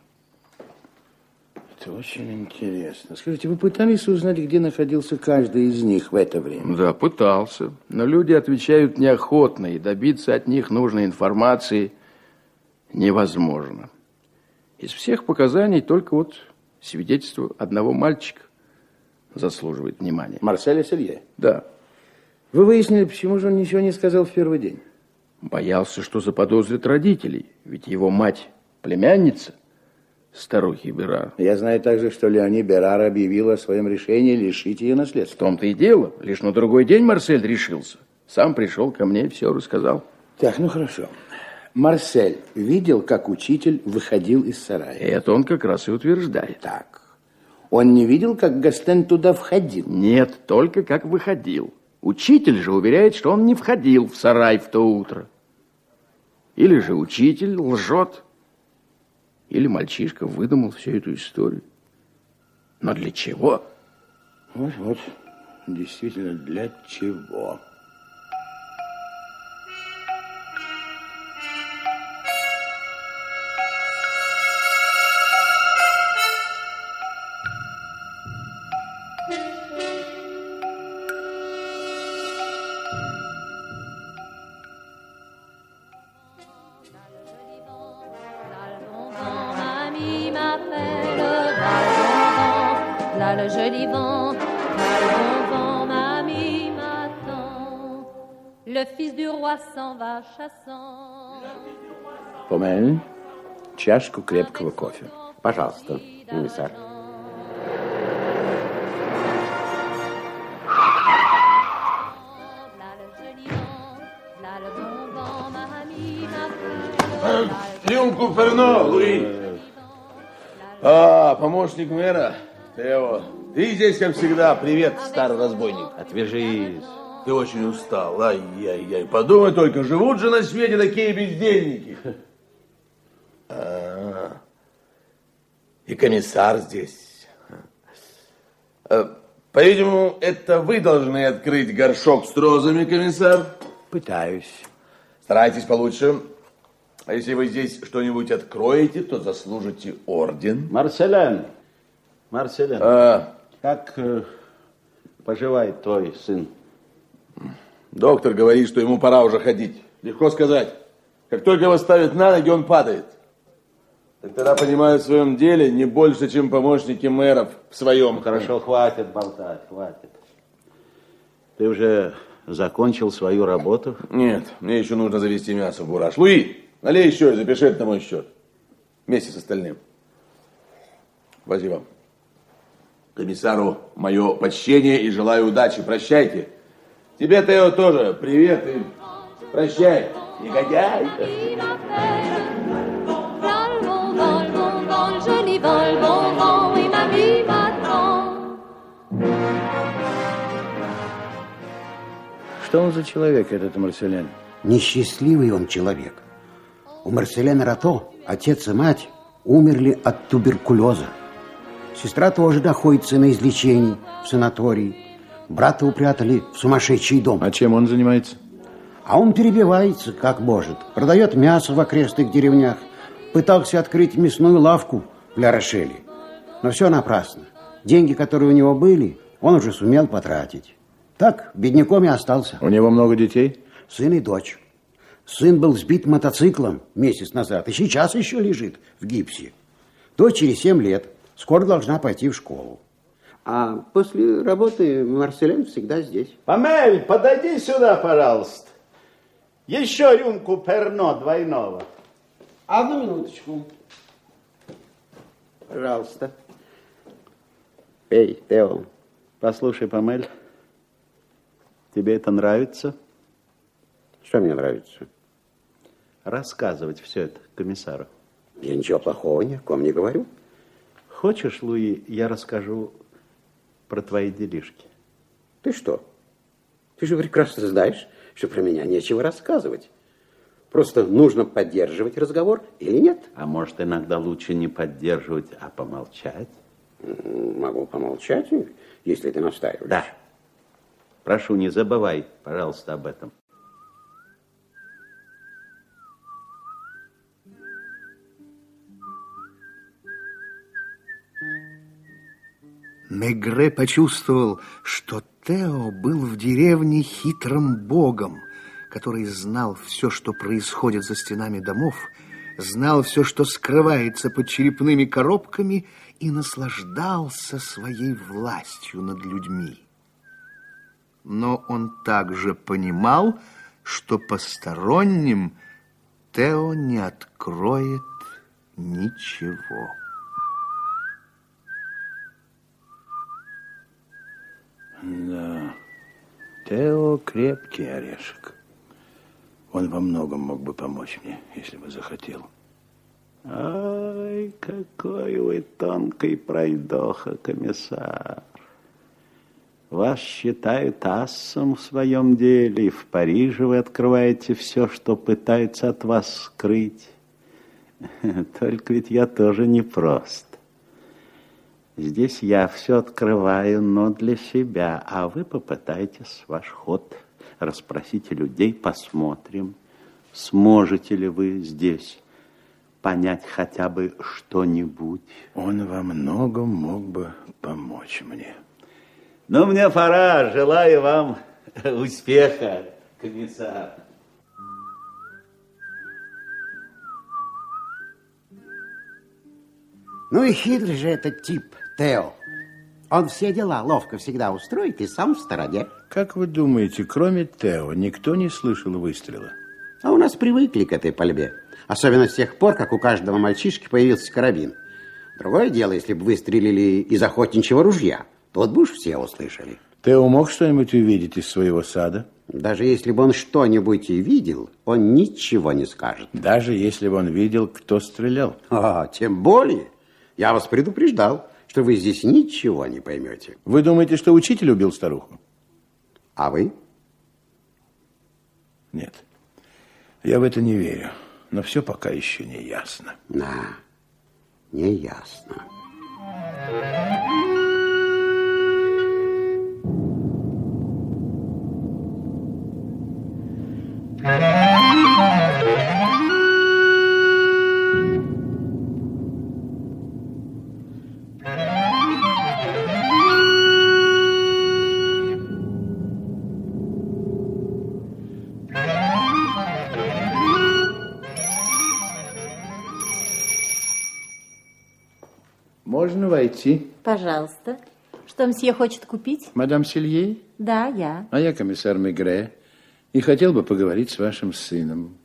это очень интересно. Скажите, вы пытались узнать, где находился каждый из них в это время? Да, пытался. Но люди отвечают неохотно, и добиться от них нужной информации невозможно. Из всех показаний только вот свидетельство одного мальчика заслуживает внимания. Марселя Селье? Да. Вы выяснили, почему же он ничего не сказал в первый день? Боялся, что заподозрит родителей. Ведь его мать племянница старухи Берар. Я знаю также, что Леони Берар объявила о своем решении лишить ее наследства. В том-то и дело. Лишь на другой день Марсель решился. Сам пришел ко мне и все рассказал. Так, ну хорошо. Марсель видел, как учитель выходил из сарая? Это он как раз и утверждает. Так. Он не видел, как Гастен туда входил? Нет, только как выходил. Учитель же уверяет, что он не входил в сарай в то утро. Или же учитель лжет, или мальчишка выдумал всю эту историю. Но для чего? Вот, действительно, для чего? Le joli vent, le bon vent, mamie m'attend. Le fils du roi s'en va chassant. Помель, чашку крепкого кофе. Пожалуйста, комиссар. Рюмку Перно, Луи. А, помощник мэра, Тео. Ты здесь, как всегда. Привет, старый разбойник. Отвяжись. Ты очень устал. Ай-яй-яй. Подумай только, живут же на свете такие бездельники. И комиссар здесь. По-видимому, это вы должны открыть горшок с розами, комиссар? Пытаюсь. Старайтесь получше. А если вы здесь что-нибудь откроете, то заслужите орден. Марселен, как поживает твой сын? Доктор говорит, что ему пора уже ходить. Легко сказать. Как только его ставят на ноги, он падает. Доктора понимают в своем деле не больше, чем помощники мэров в своем. Хорошо, хватит болтать, хватит. Ты уже закончил свою работу? Нет, мне еще нужно завести мясо в бураж. Луи, налей еще и запиши это на мой счет. Вместе с остальным. Спасибо. Комиссару мое почтение и желаю удачи. Прощайте. Тебе, Тео, тоже привет и прощай, негодяй. Что он за человек, этот Марселен? Несчастливый он человек. У Марселена Рато отец и мать умерли от туберкулеза. Сестра тоже находится на излечении в санатории. Брата упрятали в сумасшедший дом. А чем он занимается? А он перебивается, как может. Продает мясо в окрестных деревнях. Пытался открыть мясную лавку в Ля-Рошеле. Но все напрасно. Деньги, которые у него были, он уже сумел потратить. Так, бедняком и остался. У него много детей? Сын и дочь. Сын был сбит мотоциклом месяц назад. И сейчас еще лежит в гипсе. Дочери 7 лет. Скоро должна пойти в школу. А после работы Марселен всегда здесь. Памель, подойди сюда, пожалуйста. Еще рюмку Перно двойного. Одну минуточку. Пожалуйста. Эй, Тео. Послушай, Памель, тебе это нравится? Что мне нравится? Рассказывать все это комиссару. Я ничего плохого ни о ком не говорю. Хочешь, Луи, я расскажу про твои делишки? Ты что? Ты же прекрасно знаешь, что про меня нечего рассказывать. Просто нужно поддерживать разговор или нет? А может, иногда лучше не поддерживать, а помолчать? Могу помолчать, если ты настаиваешь. Да. Прошу, не забывай, пожалуйста, об этом. Мегре почувствовал, что Тео был в деревне хитрым богом, который знал все, что происходит за стенами домов, знал все, что скрывается под черепными коробками, и наслаждался своей властью над людьми. Но он также понимал, что посторонним Тео не откроет ничего. Да, Тео крепкий орешек. Он во многом мог бы помочь мне, если бы захотел. Ай, какой вы тонкий пройдоха, комиссар. Вас считают асом в своем деле, и в Париже вы открываете все, что пытаются от вас скрыть. Только ведь я тоже непрост. Здесь я все открываю, но для себя, а вы попытаетесь ваш ход. Расспросите людей, посмотрим, сможете ли вы здесь понять хотя бы что-нибудь. Он во многом мог бы помочь мне. Ну, мне пора. Желаю вам успеха, комиссар. Ну и хитрый же этот тип, Тео. Он все дела ловко всегда устроит и сам в стороне. Как вы думаете, кроме Тео, никто не слышал выстрела? А у нас привыкли к этой пальбе. Особенно с тех пор, как у каждого мальчишки появился карабин. Другое дело, если бы выстрелили из охотничьего ружья. Тут бы уж все услышали. Тео мог что-нибудь увидеть из своего сада? Даже если бы он что-нибудь и видел, он ничего не скажет. Даже если бы он видел, кто стрелял? Тем более. Я вас предупреждал, что вы здесь ничего не поймете. Вы думаете, что учитель убил старуху? А вы? Нет. Я в это не верю. Но все пока еще не ясно. Да, не ясно. Можно войти? Пожалуйста. Что мсье хочет купить? Мадам Силье? Да, я. А я комиссар Мегре. И хотел бы поговорить с вашим сыном.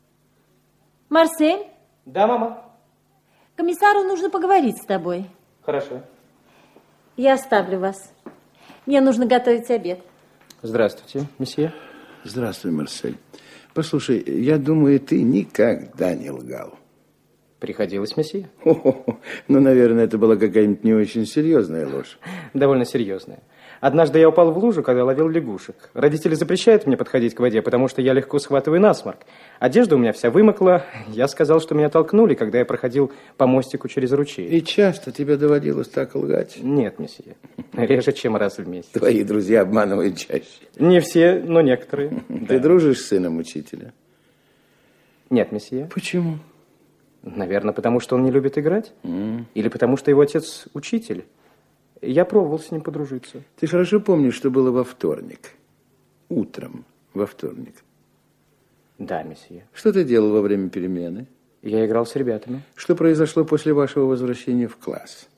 Марсель? Да, мама. Комиссару нужно поговорить с тобой. Хорошо. Я оставлю вас. Мне нужно готовить обед. Здравствуйте, месье. Здравствуй, Марсель. Послушай, я думаю, ты никогда не лгал. Приходилось, месье. Ну, наверное, это была какая-нибудь не очень серьезная ложь. Довольно серьезная. Однажды я упал в лужу, когда ловил лягушек. Родители запрещают мне подходить к воде, потому что я легко схватываю насморк. Одежда у меня вся вымокла. Я сказал, что меня толкнули, когда я проходил по мостику через ручей. И часто тебе доводилось так лгать? Нет, месье. Реже, чем раз в месяц. Твои друзья обманывают чаще. Не все, но некоторые. Ты дружишь с сыном учителя? Нет, месье. Почему? Наверное, потому что он не любит играть. Или потому что его отец учитель. Я пробовал с ним подружиться. Ты хорошо помнишь, что было во вторник? Утром во вторник. Да, месье. Что ты делал во время перемены? Я играл с ребятами. Что произошло после вашего возвращения в класс?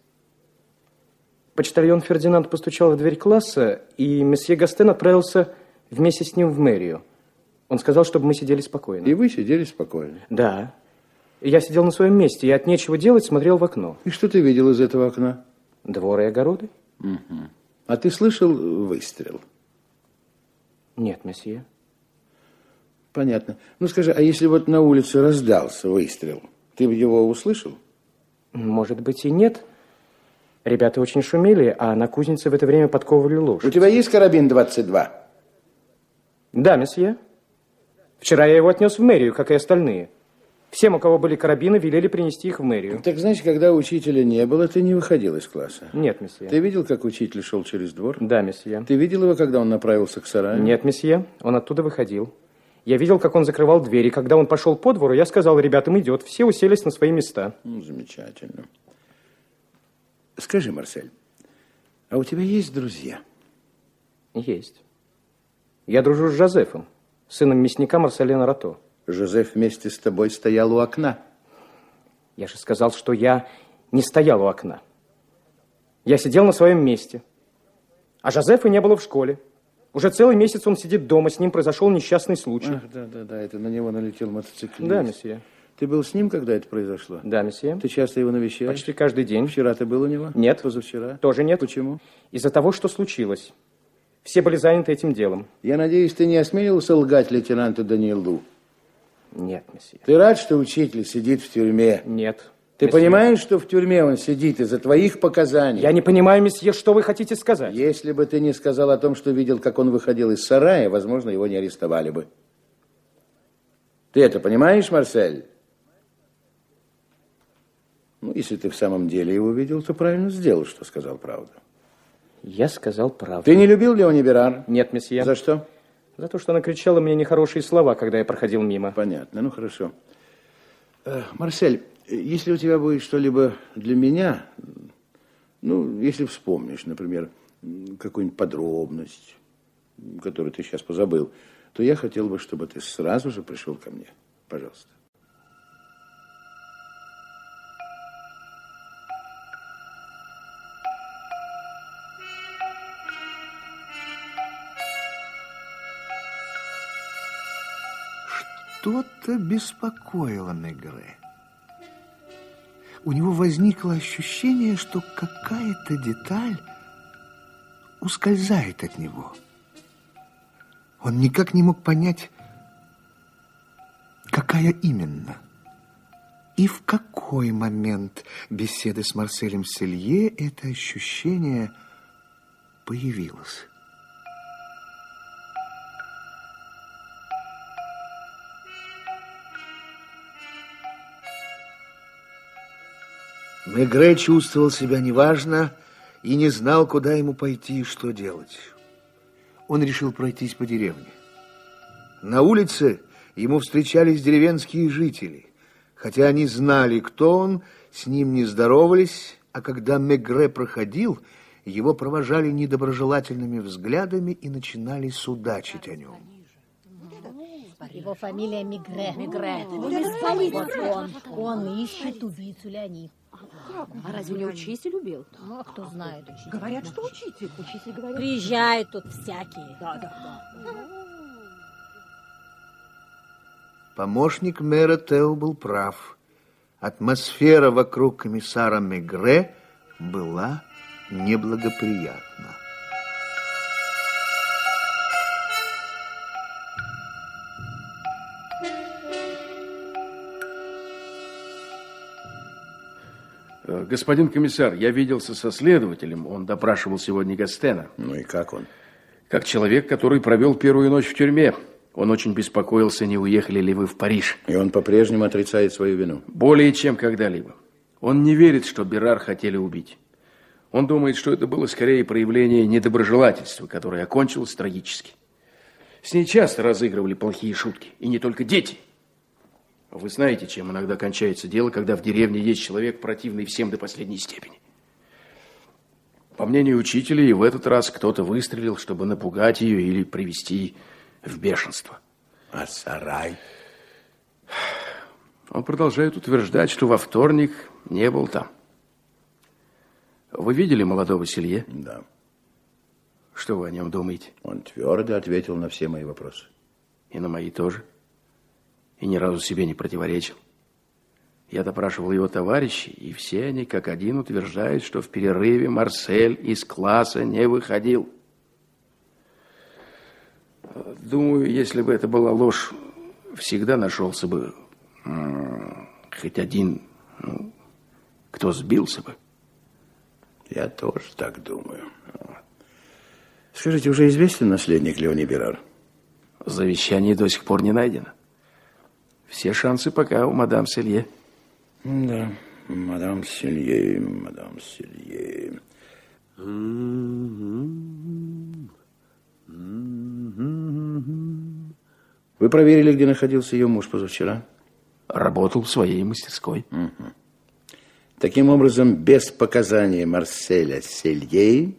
Почтальон Фердинанд постучал в дверь класса, и месье Гастен отправился вместе с ним в мэрию. Он сказал, чтобы мы сидели спокойно. И вы сидели спокойно? Да. Я сидел на своем месте, и от нечего делать смотрел в окно. И что ты видел из этого окна? Двор и огороды. А ты слышал выстрел? Нет, месье. Понятно. Ну, скажи, а если вот на улице раздался выстрел, ты его услышал? Может быть и нет. Ребята очень шумели, а на кузнице в это время подковывали лошадь. У тебя есть карабин 22? Да, месье. Вчера я его отнес в мэрию, как и остальные. Всем, у кого были карабины, велели принести их в мэрию. Так, значит, когда учителя не было, ты не выходил из класса? Нет, месье. Ты видел, как учитель шел через двор? Да, месье. Ты видел его, когда он направился к сараю? Нет, месье. Он оттуда выходил. Я видел, как он закрывал дверь, и когда он пошел по двору, я сказал ребятам, идет. Все уселись на свои места. Ну, замечательно. Скажи, Марсель, а у тебя есть друзья? Есть. Я дружу с Жозефом, сыном мясника Марселена Рато. Жозеф вместе с тобой стоял у окна. Я же сказал, что я не стоял у окна. Я сидел на своем месте. А Жозефа не было в школе. Уже целый месяц он сидит дома, с ним произошел несчастный случай. Ах, да, это на него налетел мотоциклист. Да, месье. Ты был с ним, когда это произошло? Да, месье. Ты часто его навещаешь? Почти каждый день. Вчера ты был у него? Нет. Позавчера? Тоже нет. Почему? Из-за того, что случилось. Все были заняты этим делом. Я надеюсь, ты не осмелился лгать лейтенанту Даниэлу? Нет, месье. Ты рад, что учитель сидит в тюрьме? Нет. Ты месье. понимаешь, что в тюрьме он сидит из-за твоих показаний? Я не понимаю, месье, что вы хотите сказать? Если бы ты не сказал о том, что видел, как он выходил из сарая, возможно, его не арестовали бы. Ты это понимаешь, Марсель? Ну, если ты в самом деле его видел, то правильно сделал, что сказал правду. Я сказал правду. Ты не любил Леони Берар? Нет, месье. За что? За то, что она кричала мне нехорошие слова, когда я проходил мимо. Понятно, ну хорошо. Марсель, если у тебя будет что-либо для меня, ну, если вспомнишь, например, какую-нибудь подробность, которую ты сейчас позабыл, то я хотел бы, чтобы ты сразу же пришел ко мне. Пожалуйста. Что-то беспокоило Мегре. У него возникло ощущение, что какая-то деталь ускользает от него. Он никак не мог понять, какая именно. И в какой момент беседы с Марселем Селье это ощущение появилось. Мегре чувствовал себя неважно и не знал, куда ему пойти и что делать. Он решил пройтись по деревне. На улице ему встречались деревенские жители. Хотя они знали, кто он, с ним не здоровались, а когда Мегре проходил, его провожали недоброжелательными взглядами и начинали судачить о нем. Его фамилия Мегре. Мегре. Вот он ищет убийцу Леони. А разве не учитель убил? Ну, кто знает учитель. Говорят, что учитель. Учитель говорят. Приезжают тут всякие. Да. Помощник мэра Тео был прав. Атмосфера вокруг комиссара Мегре была неблагоприятна. Господин комиссар, я виделся со следователем. Он допрашивал сегодня Гастена. Ну и как он? Как человек, который провел первую ночь в тюрьме. Он очень беспокоился, не уехали ли вы в Париж. И он по-прежнему отрицает свою вину? Более чем когда-либо. Он не верит, что Берар хотели убить. Он думает, что это было скорее проявление недоброжелательства, которое окончилось трагически. С ней часто разыгрывали плохие шутки. И не только дети. Вы знаете, чем иногда кончается дело, когда в деревне есть человек, противный всем до последней степени. По мнению учителя, и в этот раз кто-то выстрелил, чтобы напугать ее или привести в бешенство. А сарай? Он продолжает утверждать, что во вторник не был там. Вы видели молодого Селье? Да. Что вы о нем думаете? Он твердо ответил на все мои вопросы. И на мои тоже. И ни разу себе не противоречил. Я допрашивал его товарищей, и все они как один утверждают, что в перерыве Марсель из класса не выходил. Думаю, если бы это была ложь, всегда нашелся бы хоть один, кто сбился бы. Я тоже так думаю. Скажите, уже известен наследник Леони Берар? Завещание до сих пор не найдено. Все шансы пока у мадам Селье. Да, мадам Селье, мадам Селье. Вы проверили, где находился ее муж позавчера? Работал в своей мастерской. Угу. Таким образом, без показаний Марселя Селье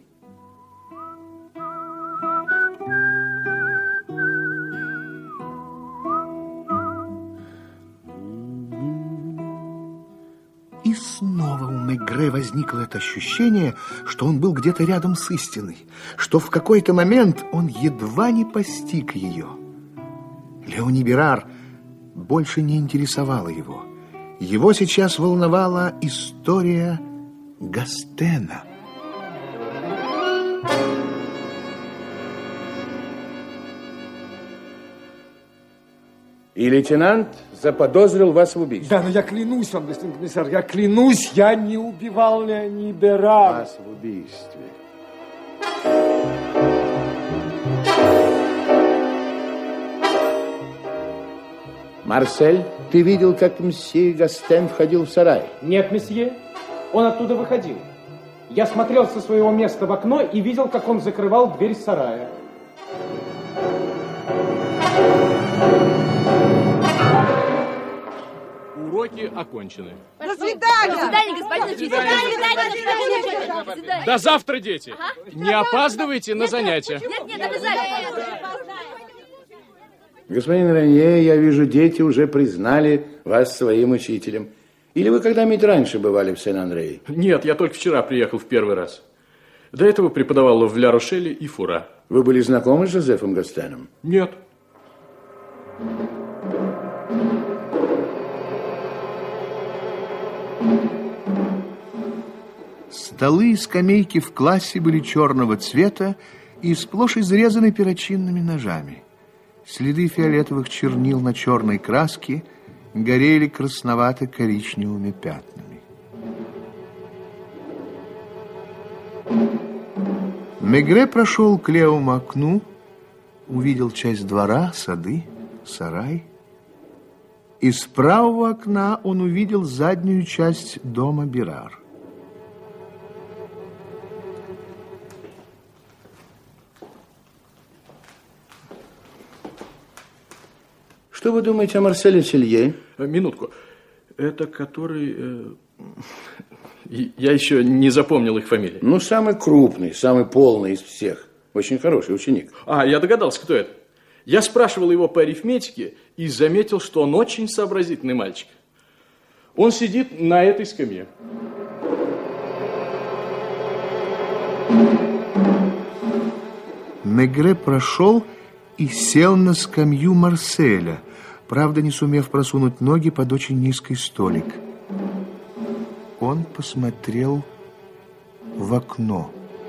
И снова у Мегре возникло это ощущение, что он был где-то рядом с истиной, что в какой-то момент он едва не постиг ее. Леони Берар больше не интересовала его. Его сейчас волновала история Гастена. И лейтенант заподозрил вас в убийстве. Да, но я клянусь вам, господин комиссар, я клянусь, я не убивал Леони Берар. Вас в убийстве. Марсель, ты видел, как мсье Гастен входил в сарай? Нет, месье, он оттуда выходил. Я смотрел со своего места в окно и видел, как он закрывал дверь сарая. Уроки окончены. До свидания! До свидания, господин учитель! До свидания! До завтра, дети! Не опаздывайте на занятия. Нет, обязательно! Господин Ранье, я вижу, дети уже признали вас своим учителем. Или вы когда-нибудь раньше бывали в Сен-Андре? Нет, я только вчера приехал в первый раз. До этого преподавал в Ля-Рошеле и Фура. Вы были знакомы с Жозефом Гастеном? Нет. Столы и скамейки в классе были черного цвета и сплошь изрезаны перочинными ножами. Следы фиолетовых чернил на черной краске горели красновато-коричневыми пятнами. Мегре прошел к левому окну, увидел часть двора, сады, сарай. Из правого окна он увидел заднюю часть дома Бирар. Что вы думаете о Марселе Селье? Минутку. Это который... Я еще не запомнил их фамилии. Ну, самый крупный, самый полный из всех. Очень хороший ученик. Я догадался, кто это. Я спрашивал его по арифметике и заметил, что он очень сообразительный мальчик. Он сидит на этой скамье. Мегре прошел и сел на скамью Марселя, правда, не сумев просунуть ноги под очень низкий столик. Он посмотрел в окно.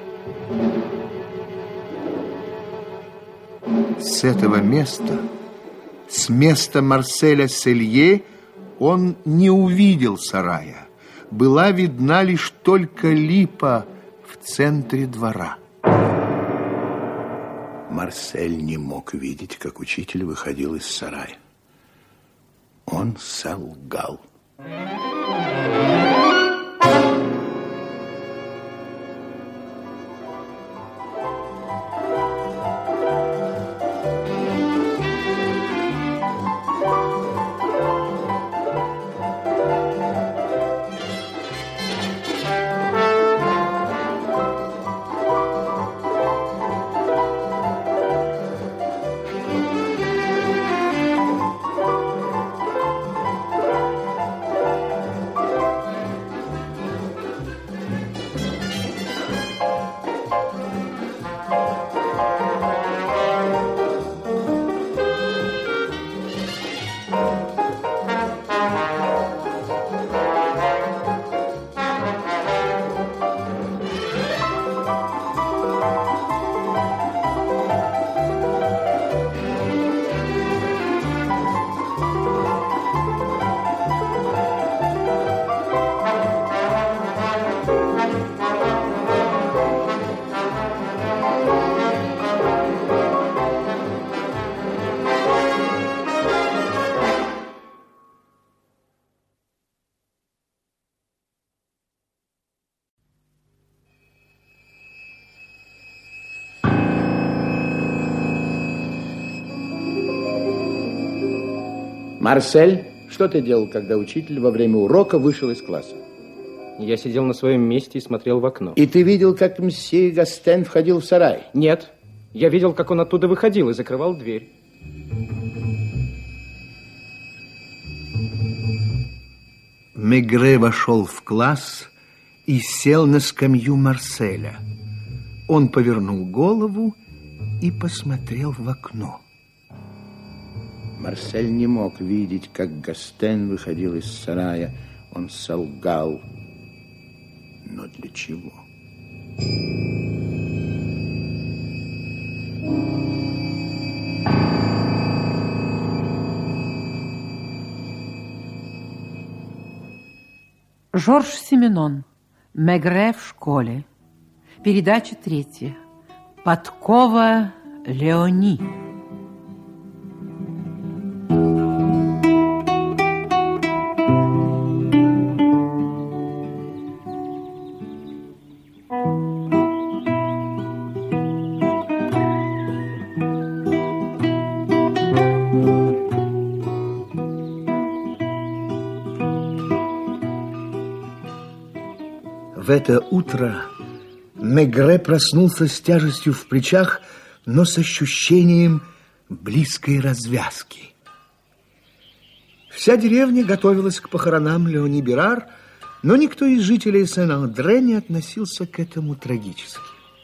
С этого места, с места Марселя Селье, он не увидел сарая. Была видна лишь только липа в центре двора. Марсель не мог видеть, как учитель выходил из сарая. Он солгал. Марсель, что ты делал, когда учитель во время урока вышел из класса? Я сидел на своем месте и смотрел в окно. И ты видел, как мсье Гастен входил в сарай? Нет. Я видел, как он оттуда выходил и закрывал дверь. Мегре вошел в класс и сел на скамью Марселя. Он повернул голову и посмотрел в окно. Марсель не мог видеть, как Гастен выходил из сарая. Он солгал. Но для чего? Жорж Сименон. Мегре в школе. Передача 3. Подкова Леони. В это утро Мегре проснулся с тяжестью в плечах, но с ощущением близкой развязки. Вся деревня готовилась к похоронам Леони Бирар, но никто из жителей Сен-Андре не относился к этому трагически.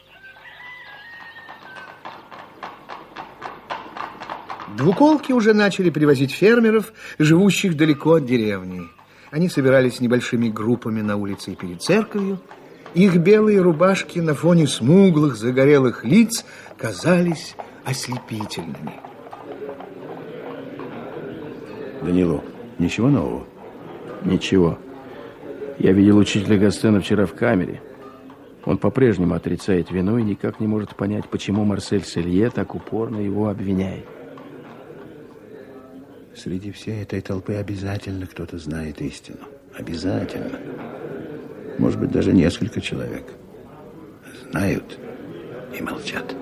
Двуколки уже начали привозить фермеров, живущих далеко от деревни. Они собирались небольшими группами на улице перед церковью. Их белые рубашки на фоне смуглых, загорелых лиц казались ослепительными. Данило, ничего нового? Ничего. Я видел учителя Гастена вчера в камере. Он по-прежнему отрицает вину и никак не может понять, почему Марсель Селье так упорно его обвиняет. Среди всей этой толпы обязательно кто-то знает истину. Обязательно. Может быть, даже несколько человек. Знают и молчат.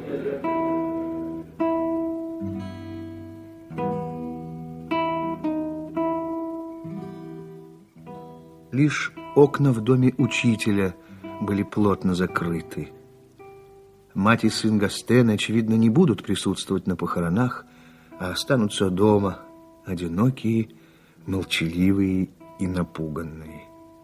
Лишь окна в доме учителя были плотно закрыты. Мать и сын Гастена, очевидно, не будут присутствовать на похоронах, а останутся дома, одинокие, молчаливые и напуганные.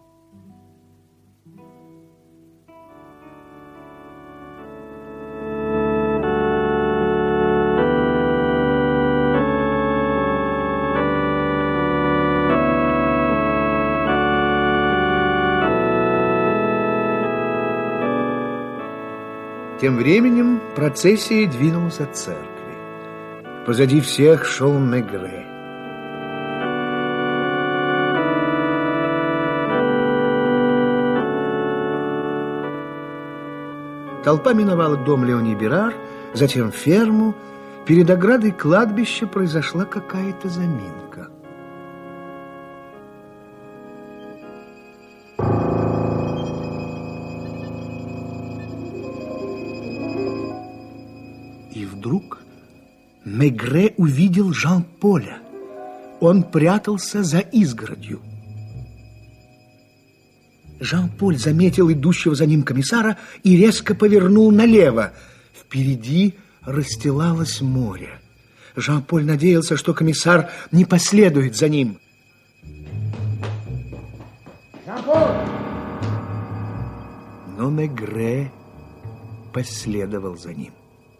Тем временем процессия двинулась от церкви. Позади всех шел Мегре. Толпа миновала дом Леони Берар, затем ферму. Перед оградой кладбища произошла какая-то заминка. И вдруг Мегре увидел Жан-Поля. Он прятался за изгородью. Жан-Поль заметил идущего за ним комиссара и резко повернул налево. Впереди расстилалось море. Жан-Поль надеялся, что комиссар не последует за ним. Жан-Поль! Но Мегре последовал за ним.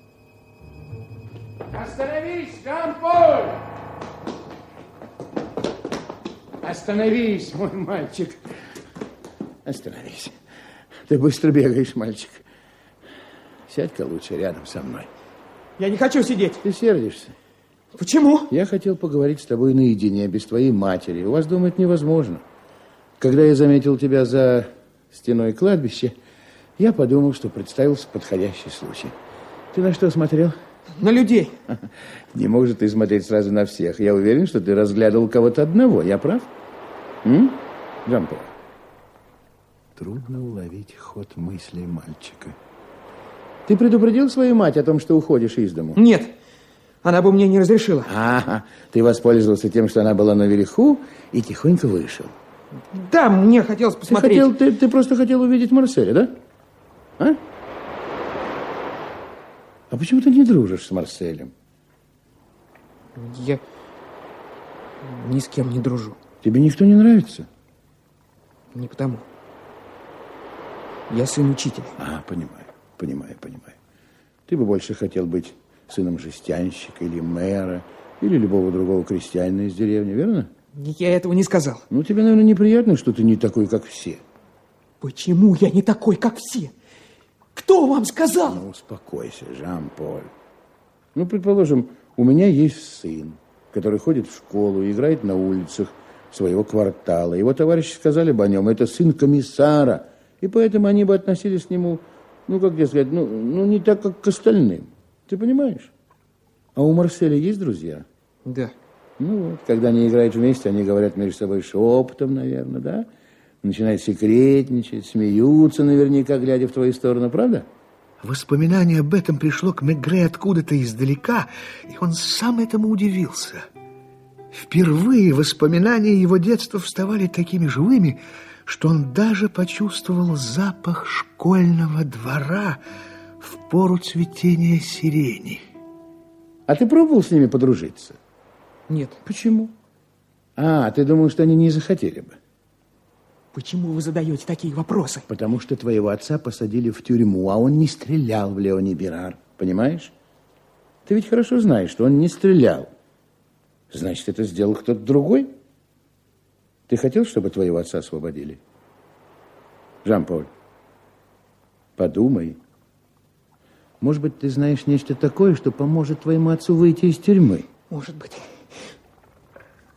Остановись, Жан-Поль! Остановись, мой мальчик. Остановись. Ты быстро бегаешь, мальчик. Сядь-ка лучше рядом со мной. Я не хочу сидеть. Ты сердишься? Почему? Я хотел поговорить с тобой наедине, без твоей матери. У вас дома это невозможно. Когда я заметил тебя за стеной кладбища, я подумал, что представился подходящий случай. Ты на что смотрел? На людей. Не можешь ты смотреть сразу на всех. Я уверен, что ты разглядывал кого-то одного. Я прав? Жан-Поль. Трудно уловить ход мыслей мальчика. Ты предупредил свою мать о том, что уходишь из дому? Нет, она бы мне не разрешила. Ты воспользовался тем, что она была наверху и тихонько вышел. Да, мне хотелось посмотреть. Ты просто хотел увидеть Марселя, да? А почему ты не дружишь с Марселем? Я ни с кем не дружу. Тебе никто не нравится? Не потому. Я сын учителя. Понимаю. Ты бы больше хотел быть сыном жестянщика или мэра, или любого другого крестьянина из деревни, верно? Я этого не сказал. Ну, тебе, наверное, неприятно, что ты не такой, как все. Почему я не такой, как все? Кто вам сказал? Ну, успокойся, Жан-Поль. Ну, предположим, у меня есть сын, который ходит в школу и играет на улицах своего квартала. Его товарищи сказали бы о нем, это сын комиссара. И поэтому они бы относились к нему, как тебе сказать, не так, как к остальным. Ты понимаешь? А у Марселя есть друзья? Да. Когда они играют вместе, они говорят между собой шепотом, наверное, да? Начинают секретничать, смеются наверняка, глядя в твою сторону, правда? Воспоминание об этом пришло к Мегре откуда-то издалека, и он сам этому удивился. Впервые воспоминания его детства вставали такими живыми, что он даже почувствовал запах школьного двора в пору цветения сирени. А ты пробовал с ними подружиться? Нет. Почему? Ты думал, что они не захотели бы? Почему вы задаете такие вопросы? Потому что твоего отца посадили в тюрьму, а он не стрелял в Леони Берар. Понимаешь? Ты ведь хорошо знаешь, что он не стрелял. Значит, это сделал кто-то другой? Ты хотел, чтобы твоего отца освободили? Жан-Поль, подумай. Может быть, ты знаешь нечто такое, что поможет твоему отцу выйти из тюрьмы? Может быть.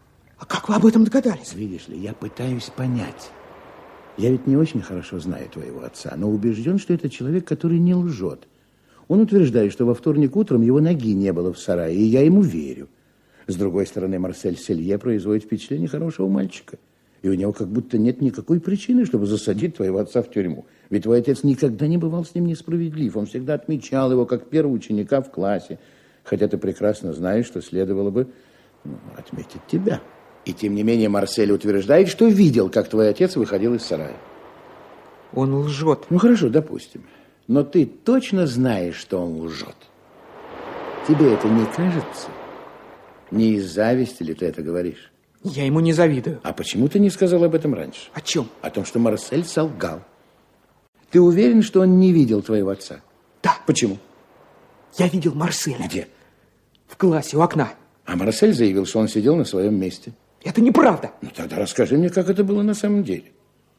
Как вы об этом догадались? Видишь ли, я пытаюсь понять. Я ведь не очень хорошо знаю твоего отца, но убежден, что это человек, который не лжет. Он утверждает, что во вторник утром его ноги не было в сарае, и я ему верю. С другой стороны, Марсель Селье производит впечатление хорошего мальчика. И у него как будто нет никакой причины, чтобы засадить твоего отца в тюрьму. Ведь твой отец никогда не бывал с ним несправедлив. Он всегда отмечал его как первого ученика в классе. Хотя ты прекрасно знаешь, что следовало бы отметить тебя. И тем не менее Марсель утверждает, что видел, как твой отец выходил из сарая. Он лжет. Ну хорошо, допустим. Но ты точно знаешь, что он лжет. Тебе это не кажется? Не из зависти ли ты это говоришь? Я ему не завидую. А почему ты не сказал об этом раньше? О чем? О том, что Марсель солгал. Ты уверен, что он не видел твоего отца? Да. Почему? Я видел Марселя. Где? В классе, у окна. А Марсель заявил, что он сидел на своем месте. Это неправда. Ну тогда расскажи мне, как это было на самом деле.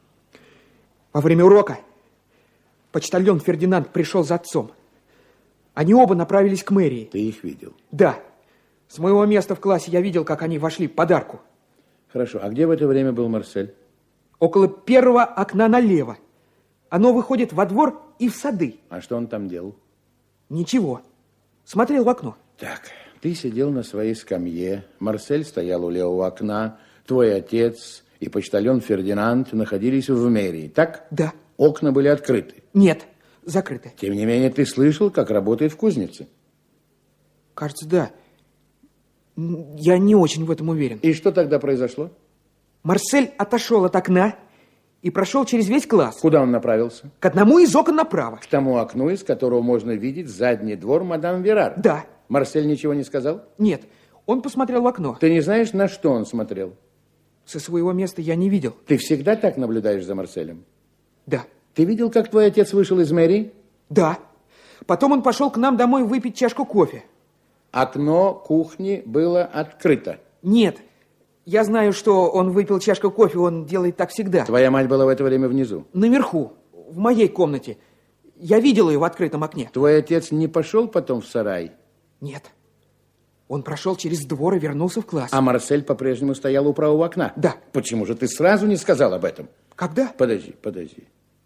Во время урока почтальон Фердинанд пришел за отцом. Они оба направились к мэрии. Ты их видел? Да. С моего места в классе я видел, как они вошли в подарку. Хорошо. А где в это время был Марсель? Около первого окна налево. Оно выходит во двор и в сады. А что он там делал? Ничего. Смотрел в окно. Так, ты сидел на своей скамье, Марсель стоял у левого окна, твой отец и почтальон Фердинанд находились в мэрии, так? Да. Окна были открыты? Нет, закрыты. Тем не менее, ты слышал, как работает в кузнице? Кажется, да. Я не очень в этом уверен. И что тогда произошло? Марсель отошел от окна и прошел через весь класс. Куда он направился? К одному из окон направо. К тому окну, из которого можно видеть задний двор мадам Верар? Да. Марсель ничего не сказал? Нет, он посмотрел в окно. Ты не знаешь, на что он смотрел? Со своего места я не видел. Ты всегда так наблюдаешь за Марселем? Да. Ты видел, как твой отец вышел из мэрии? Да. Потом он пошел к нам домой выпить чашку кофе. Окно кухни было открыто? Нет. Я знаю, что он выпил чашку кофе, он делает так всегда. Твоя мать была в это время внизу? Наверху, в моей комнате. Я видел ее в открытом окне. Твой отец не пошел потом в сарай? Нет. Он прошел через двор и вернулся в класс. А Марсель по-прежнему стоял у правого окна? Да. Почему же ты сразу не сказал об этом? Когда? Подожди.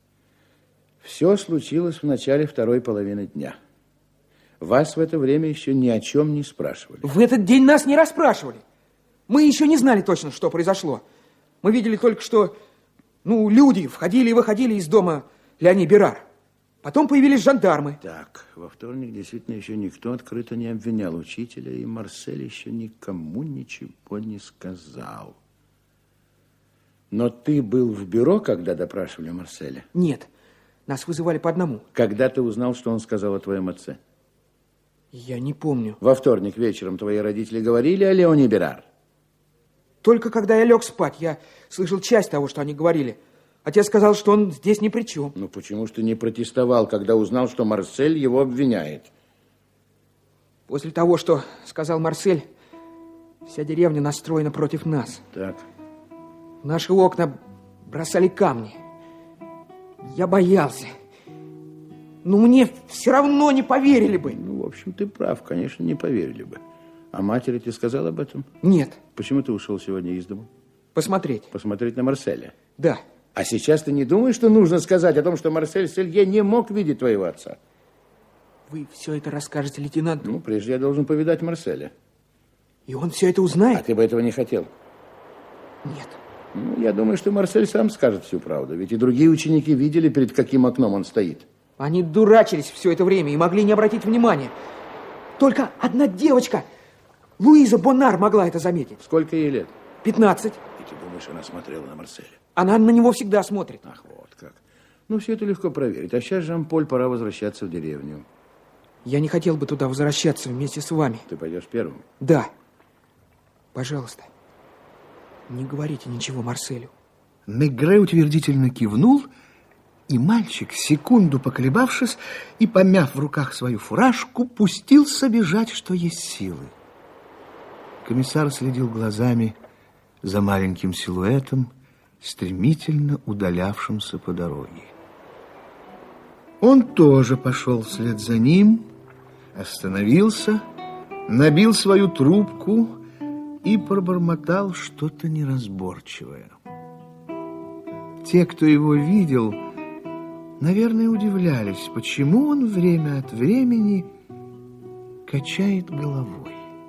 Все случилось в начале второй половины дня. Вас в это время еще ни о чем не спрашивали. В этот день нас не расспрашивали. Мы еще не знали точно, что произошло. Мы видели только, что, люди входили и выходили из дома Леони Берар. Потом появились жандармы. Так, во вторник действительно еще никто открыто не обвинял учителя, и Марсель еще никому ничего не сказал. Но ты был в бюро, когда допрашивали Марселя? Нет, нас вызывали по одному. Когда ты узнал, что он сказал о твоем отце? Я не помню. Во вторник вечером твои родители говорили о Леони Берар? Только когда я лег спать, я слышал часть того, что они говорили. Отец сказал, что он здесь ни при чем. Ну, почему ж ты не протестовал, когда узнал, что Марсель его обвиняет? После того, что сказал Марсель, вся деревня настроена против нас. Так. В наши окна бросали камни. Я боялся. Но мне все равно не поверили бы. Ну, в общем, ты прав, конечно, не поверили бы. А матери ты сказал об этом? Нет. Почему ты ушел сегодня из дома? Посмотреть. Посмотреть на Марселя? Да. А сейчас ты не думаешь, что нужно сказать о том, что Марсель Селье не мог видеть твоего отца? Вы все это расскажете лейтенанту? Ну, прежде я должен повидать Марселя. И он все это узнает? А ты бы этого не хотел? Нет. Ну, я думаю, что Марсель сам скажет всю правду. Ведь и другие ученики видели, перед каким окном он стоит. Они дурачились все это время и могли не обратить внимания. Только одна девочка, Луиза Бонар, могла это заметить. Сколько ей лет? 15. И ты думаешь, она смотрела на Марселя? Она на него всегда смотрит. Ах, вот как. Ну, все это легко проверить. А сейчас, Жан-Поль, пора возвращаться в деревню. Я не хотел бы туда возвращаться вместе с вами. Ты пойдешь первым? Да. Пожалуйста, не говорите ничего Марселю. Мегре утвердительно кивнул, и мальчик, секунду поколебавшись и помяв в руках свою фуражку, пустился бежать, что есть силы. Комиссар следил глазами за маленьким силуэтом, стремительно удалявшимся по дороге. Он тоже пошел вслед за ним, остановился, набил свою трубку и пробормотал что-то неразборчивое. Те, кто его видел, наверное, удивлялись, почему он время от времени качает головой.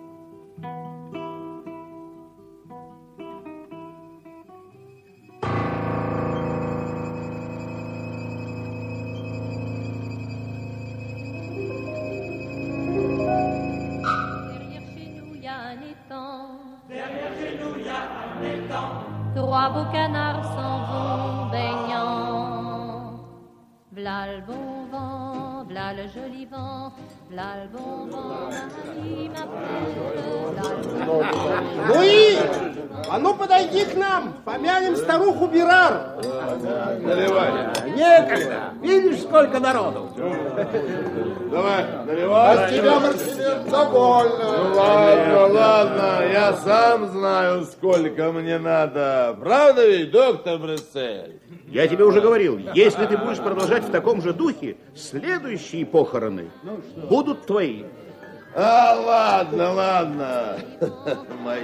Trois beaux canards s'en vont baignant. V'là le bon vent, v'là le joli vent, v'là le bon vent, mamie m'appelle. Луи, а ну подойди к нам, помянем старуху Берар. Наливай. Некогда, видишь, сколько народу. Давай, наливай. А с тебя, Марселин, довольно. Ну ладно, ладно, я сам знаю, сколько мне надо. Правда ведь, доктор Брюссель? Я тебе уже говорил, если ты будешь продолжать в таком же духе, следующие похороны будут твои. А, ладно, ладно. Мои.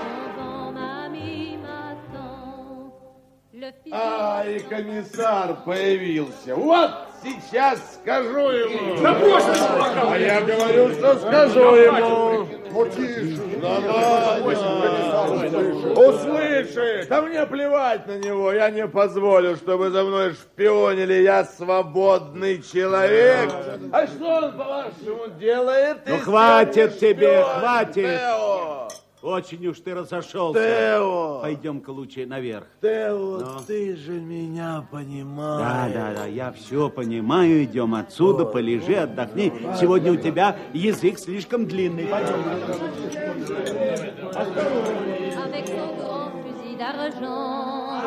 И комиссар появился. Вот сейчас скажу ему. Да брось, а я говорю, что скажу ему. Вот тише. Услышит. Да мне плевать на него. Я не позволю, чтобы за мной шпионили. Я свободный человек. А что он, по-вашему, делает? Ну, хватит тебе, хватит. Очень уж ты разошелся. Тео! Пойдем-ка лучше наверх. Тео, ты же меня понимаешь. Да, я все понимаю. Идем отсюда, полежи, отдохни. Сегодня у тебя язык слишком длинный. Пойдем. Avec son grand fusil d'argent,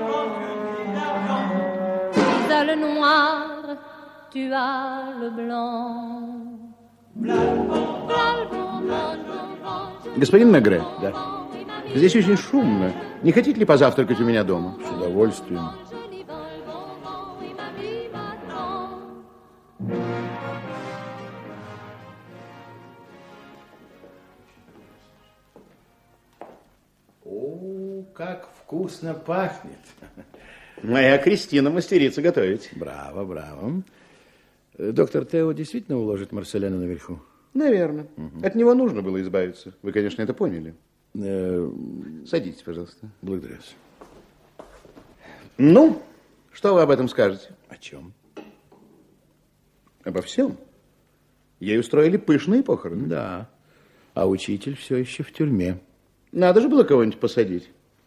tu as le noir, tu as le blanc. Господин Мегре, да. Здесь очень шумно. Не хотите ли позавтракать у меня дома? С удовольствием. О, как вкусно пахнет. Моя Кристина мастерица готовить. Браво, браво. Доктор Тео действительно уложит Марселена наверху? Наверное. От него нужно было избавиться. Вы, конечно, это поняли. Садитесь, пожалуйста. Благодарю. Ну, что вы об этом скажете? О чем? Обо всем. Ей устроили пышные похороны. Да. А учитель все еще в тюрьме. Надо же было кого-нибудь посадить.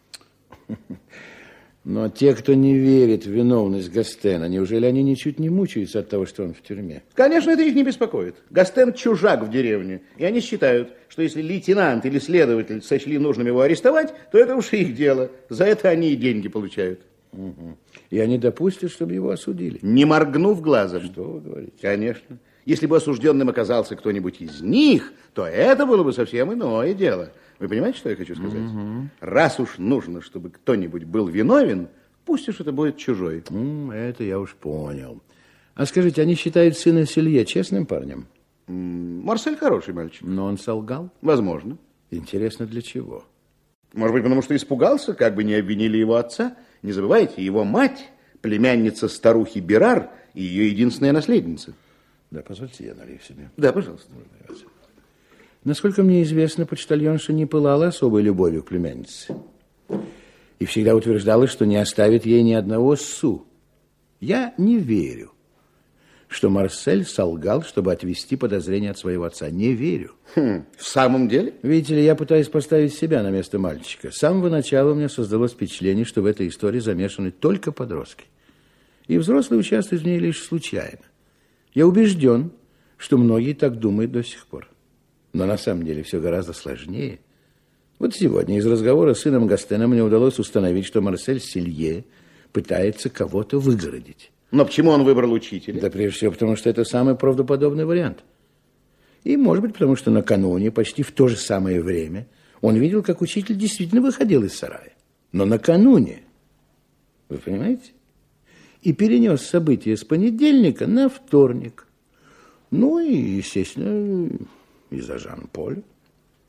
Но те, кто не верит в виновность Гастена, неужели они ничуть не мучаются от того, что он в тюрьме? Конечно, это их не беспокоит. Гастен чужак в деревне. И они считают, что если лейтенант или следователь сочли нужным его арестовать, то это уж их дело. За это они и деньги получают. Угу. И они допустят, чтобы его осудили? Не моргнув глазом. Что вы говорите? Конечно. Если бы осужденным оказался кто-нибудь из них, то это было бы совсем иное дело. Вы понимаете, что я хочу сказать? Угу. Раз уж нужно, чтобы кто-нибудь был виновен, пусть уж это будет чужой. Это я уж понял. А скажите, они считают сына Селье честным парнем? Марсель хороший мальчик. Но он солгал? Возможно. Интересно, для чего? Может быть, потому что испугался, как бы не обвинили его отца. Не забывайте, его мать, племянница старухи Берар и ее единственная наследница. Да, позвольте, я налью себе. Да, пожалуйста. Насколько мне известно, почтальонша не пылала особой любовью к племяннице. И всегда утверждала, что не оставит ей ни одного су. Я не верю, что Марсель солгал, чтобы отвести подозрения от своего отца. Не верю. В самом деле? Видите ли, я пытаюсь поставить себя на место мальчика. С самого начала у меня создалось впечатление, что в этой истории замешаны только подростки. И взрослые участвуют в ней лишь случайно. Я убежден, что многие так думают до сих пор. Но на самом деле все гораздо сложнее. Вот сегодня из разговора с сыном Гастена мне удалось установить, что Марсель Селье пытается кого-то выгородить. Но почему он выбрал учителя? Да прежде всего, потому что это самый правдоподобный вариант. И, может быть, потому что накануне, почти в то же самое время, он видел, как учитель действительно выходил из сарая. Но накануне, вы понимаете? И перенес события с понедельника на вторник. Ну и, естественно, из-за Жан-Поля.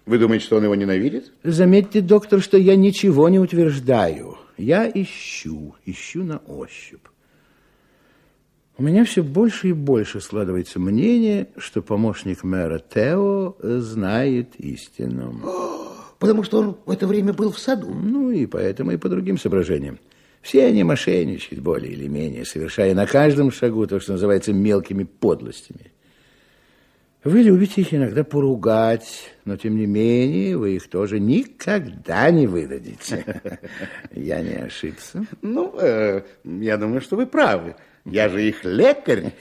Вы думаете, что он его ненавидит? Заметьте, доктор, что я ничего не утверждаю. Я ищу на ощупь. У меня все больше и больше складывается мнение, что помощник мэра Тео знает истину. Потому что он в это время был в саду. Ну и поэтому, и по другим соображениям. Все они мошенничают более или менее, совершая на каждом шагу то, что называется мелкими подлостями. Вы любите их иногда поругать, но тем не менее вы их тоже никогда не выдадите. Я не ошибся? Ну, я думаю, что вы правы. Я же их лекарь.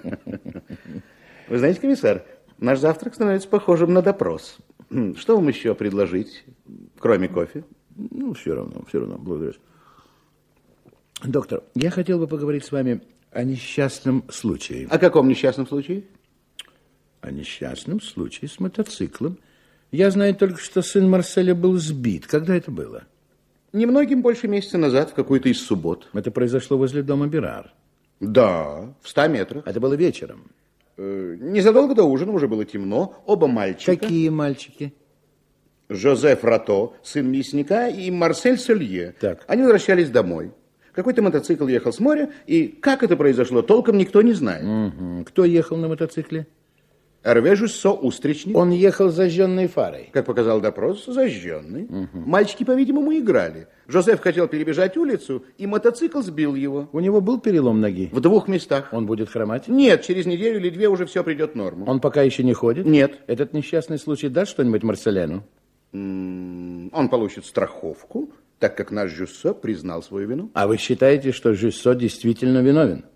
Вы знаете, комиссар, наш завтрак становится похожим на допрос. Что вам еще предложить, кроме кофе? Ну, все равно, благодарю. Доктор, я хотел бы поговорить с вами о несчастном случае. О каком несчастном случае? О несчастном случае с мотоциклом. Я знаю только, что сын Марселя был сбит. Когда это было? Немногим больше месяца назад, в какую-то из суббот. Это произошло возле дома Берар. Да, в 100 метрах. Это было вечером. Незадолго до ужина, уже было темно. Оба мальчика. Какие мальчики? Жозеф Рато, сын мясника, и Марсель Солье. Так. Они возвращались домой. Какой-то мотоцикл ехал с моря, и как это произошло, толком никто не знает. Угу. Кто ехал на мотоцикле? Эрве Жюссо, устричник. Он ехал с зажженной фарой. Как показал допрос, зажженный. Мальчики, по-видимому, играли. Жозеф хотел перебежать улицу, и мотоцикл сбил его. У него был перелом ноги? В 2 местах. Он будет хромать? Нет, через неделю или 2 уже все придет в норму. Он пока еще не ходит? Нет. Этот несчастный случай даст что-нибудь Марселяну? Он получит страховку, так как наш Жюссо признал свою вину. А вы считаете, что Жюссо действительно виновен?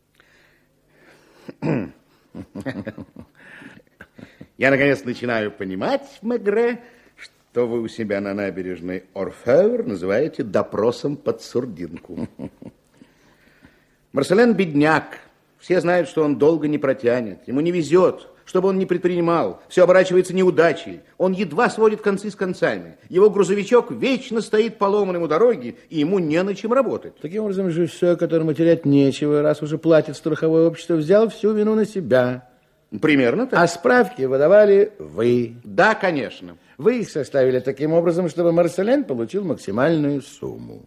Я, наконец, начинаю понимать, Мегре, что вы у себя на набережной Орфевр называете допросом под сурдинку. Марселен бедняк. Все знают, что он долго не протянет. Ему не везет. Что бы он ни предпринимал, все оборачивается неудачей. Он едва сводит концы с концами. Его грузовичок вечно стоит поломанным у дороги, и ему не на чем работать. Таким образом, Жюссо, которому терять нечего, раз уже платит страховое общество, взял всю вину на себя. Примерно так. А справки выдавали вы. Да, конечно. Вы их составили таким образом, чтобы Марселен получил максимальную сумму.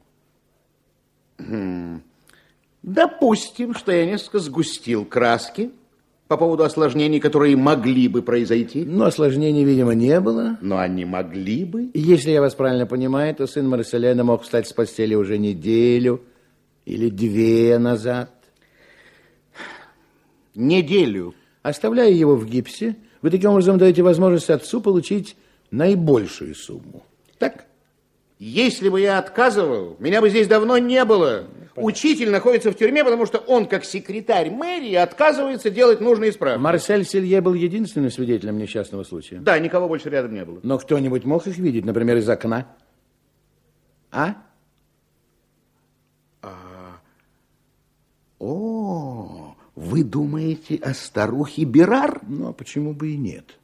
Допустим, что я несколько сгустил краски по поводу осложнений, которые могли бы произойти. Но осложнений, видимо, не было. Но они могли бы. Если я вас правильно понимаю, то сын Марселена мог встать с постели уже неделю или 2 назад. Неделю. Оставляя его в гипсе, вы таким образом даете возможность отцу получить наибольшую сумму. Так? Если бы я отказывал, меня бы здесь давно не было. Понятно. Учитель находится в тюрьме, потому что он, как секретарь мэрии, отказывается делать нужные справки. Марсель Селье был единственным свидетелем несчастного случая? Да, никого больше рядом не было. Но кто-нибудь мог их видеть, например, из окна? Вы думаете о старухе Берар? Ну, а почему бы и нет?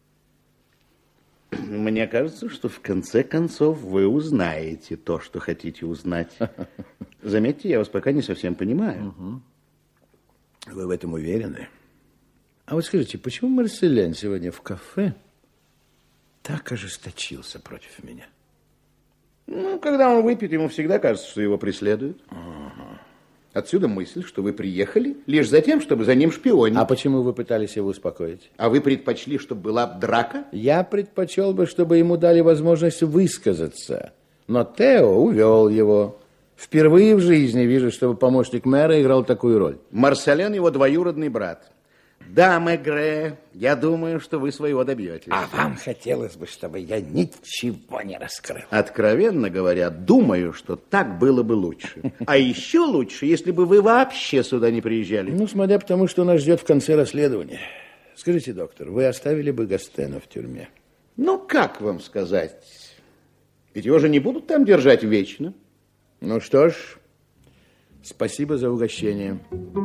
Мне кажется, что в конце концов вы узнаете то, что хотите узнать. Заметьте, я вас пока не совсем понимаю. Вы в этом уверены? А вот скажите, почему Марселен сегодня в кафе так ожесточился против меня? Ну, когда он выпьет, ему всегда кажется, что его преследуют. Отсюда мысль, что вы приехали лишь за тем, чтобы за ним шпионить. А почему вы пытались его успокоить? А вы предпочли, чтобы была драка? Я предпочел бы, чтобы ему дали возможность высказаться. Но Тео увел его. Впервые в жизни вижу, чтобы помощник мэра играл такую роль. Марселен его двоюродный брат. Да, Мегре, я думаю, что вы своего добьетесь. А вам хотелось бы, чтобы я ничего не раскрыл. Откровенно говоря, думаю, что так было бы лучше. А еще лучше, если бы вы вообще сюда не приезжали. Ну, смотря по тому, что нас ждет в конце расследования. Скажите, доктор, вы оставили бы Гастена в тюрьме? Ну, как вам сказать? Ведь его же не будут там держать вечно. Ну что ж, спасибо за угощение.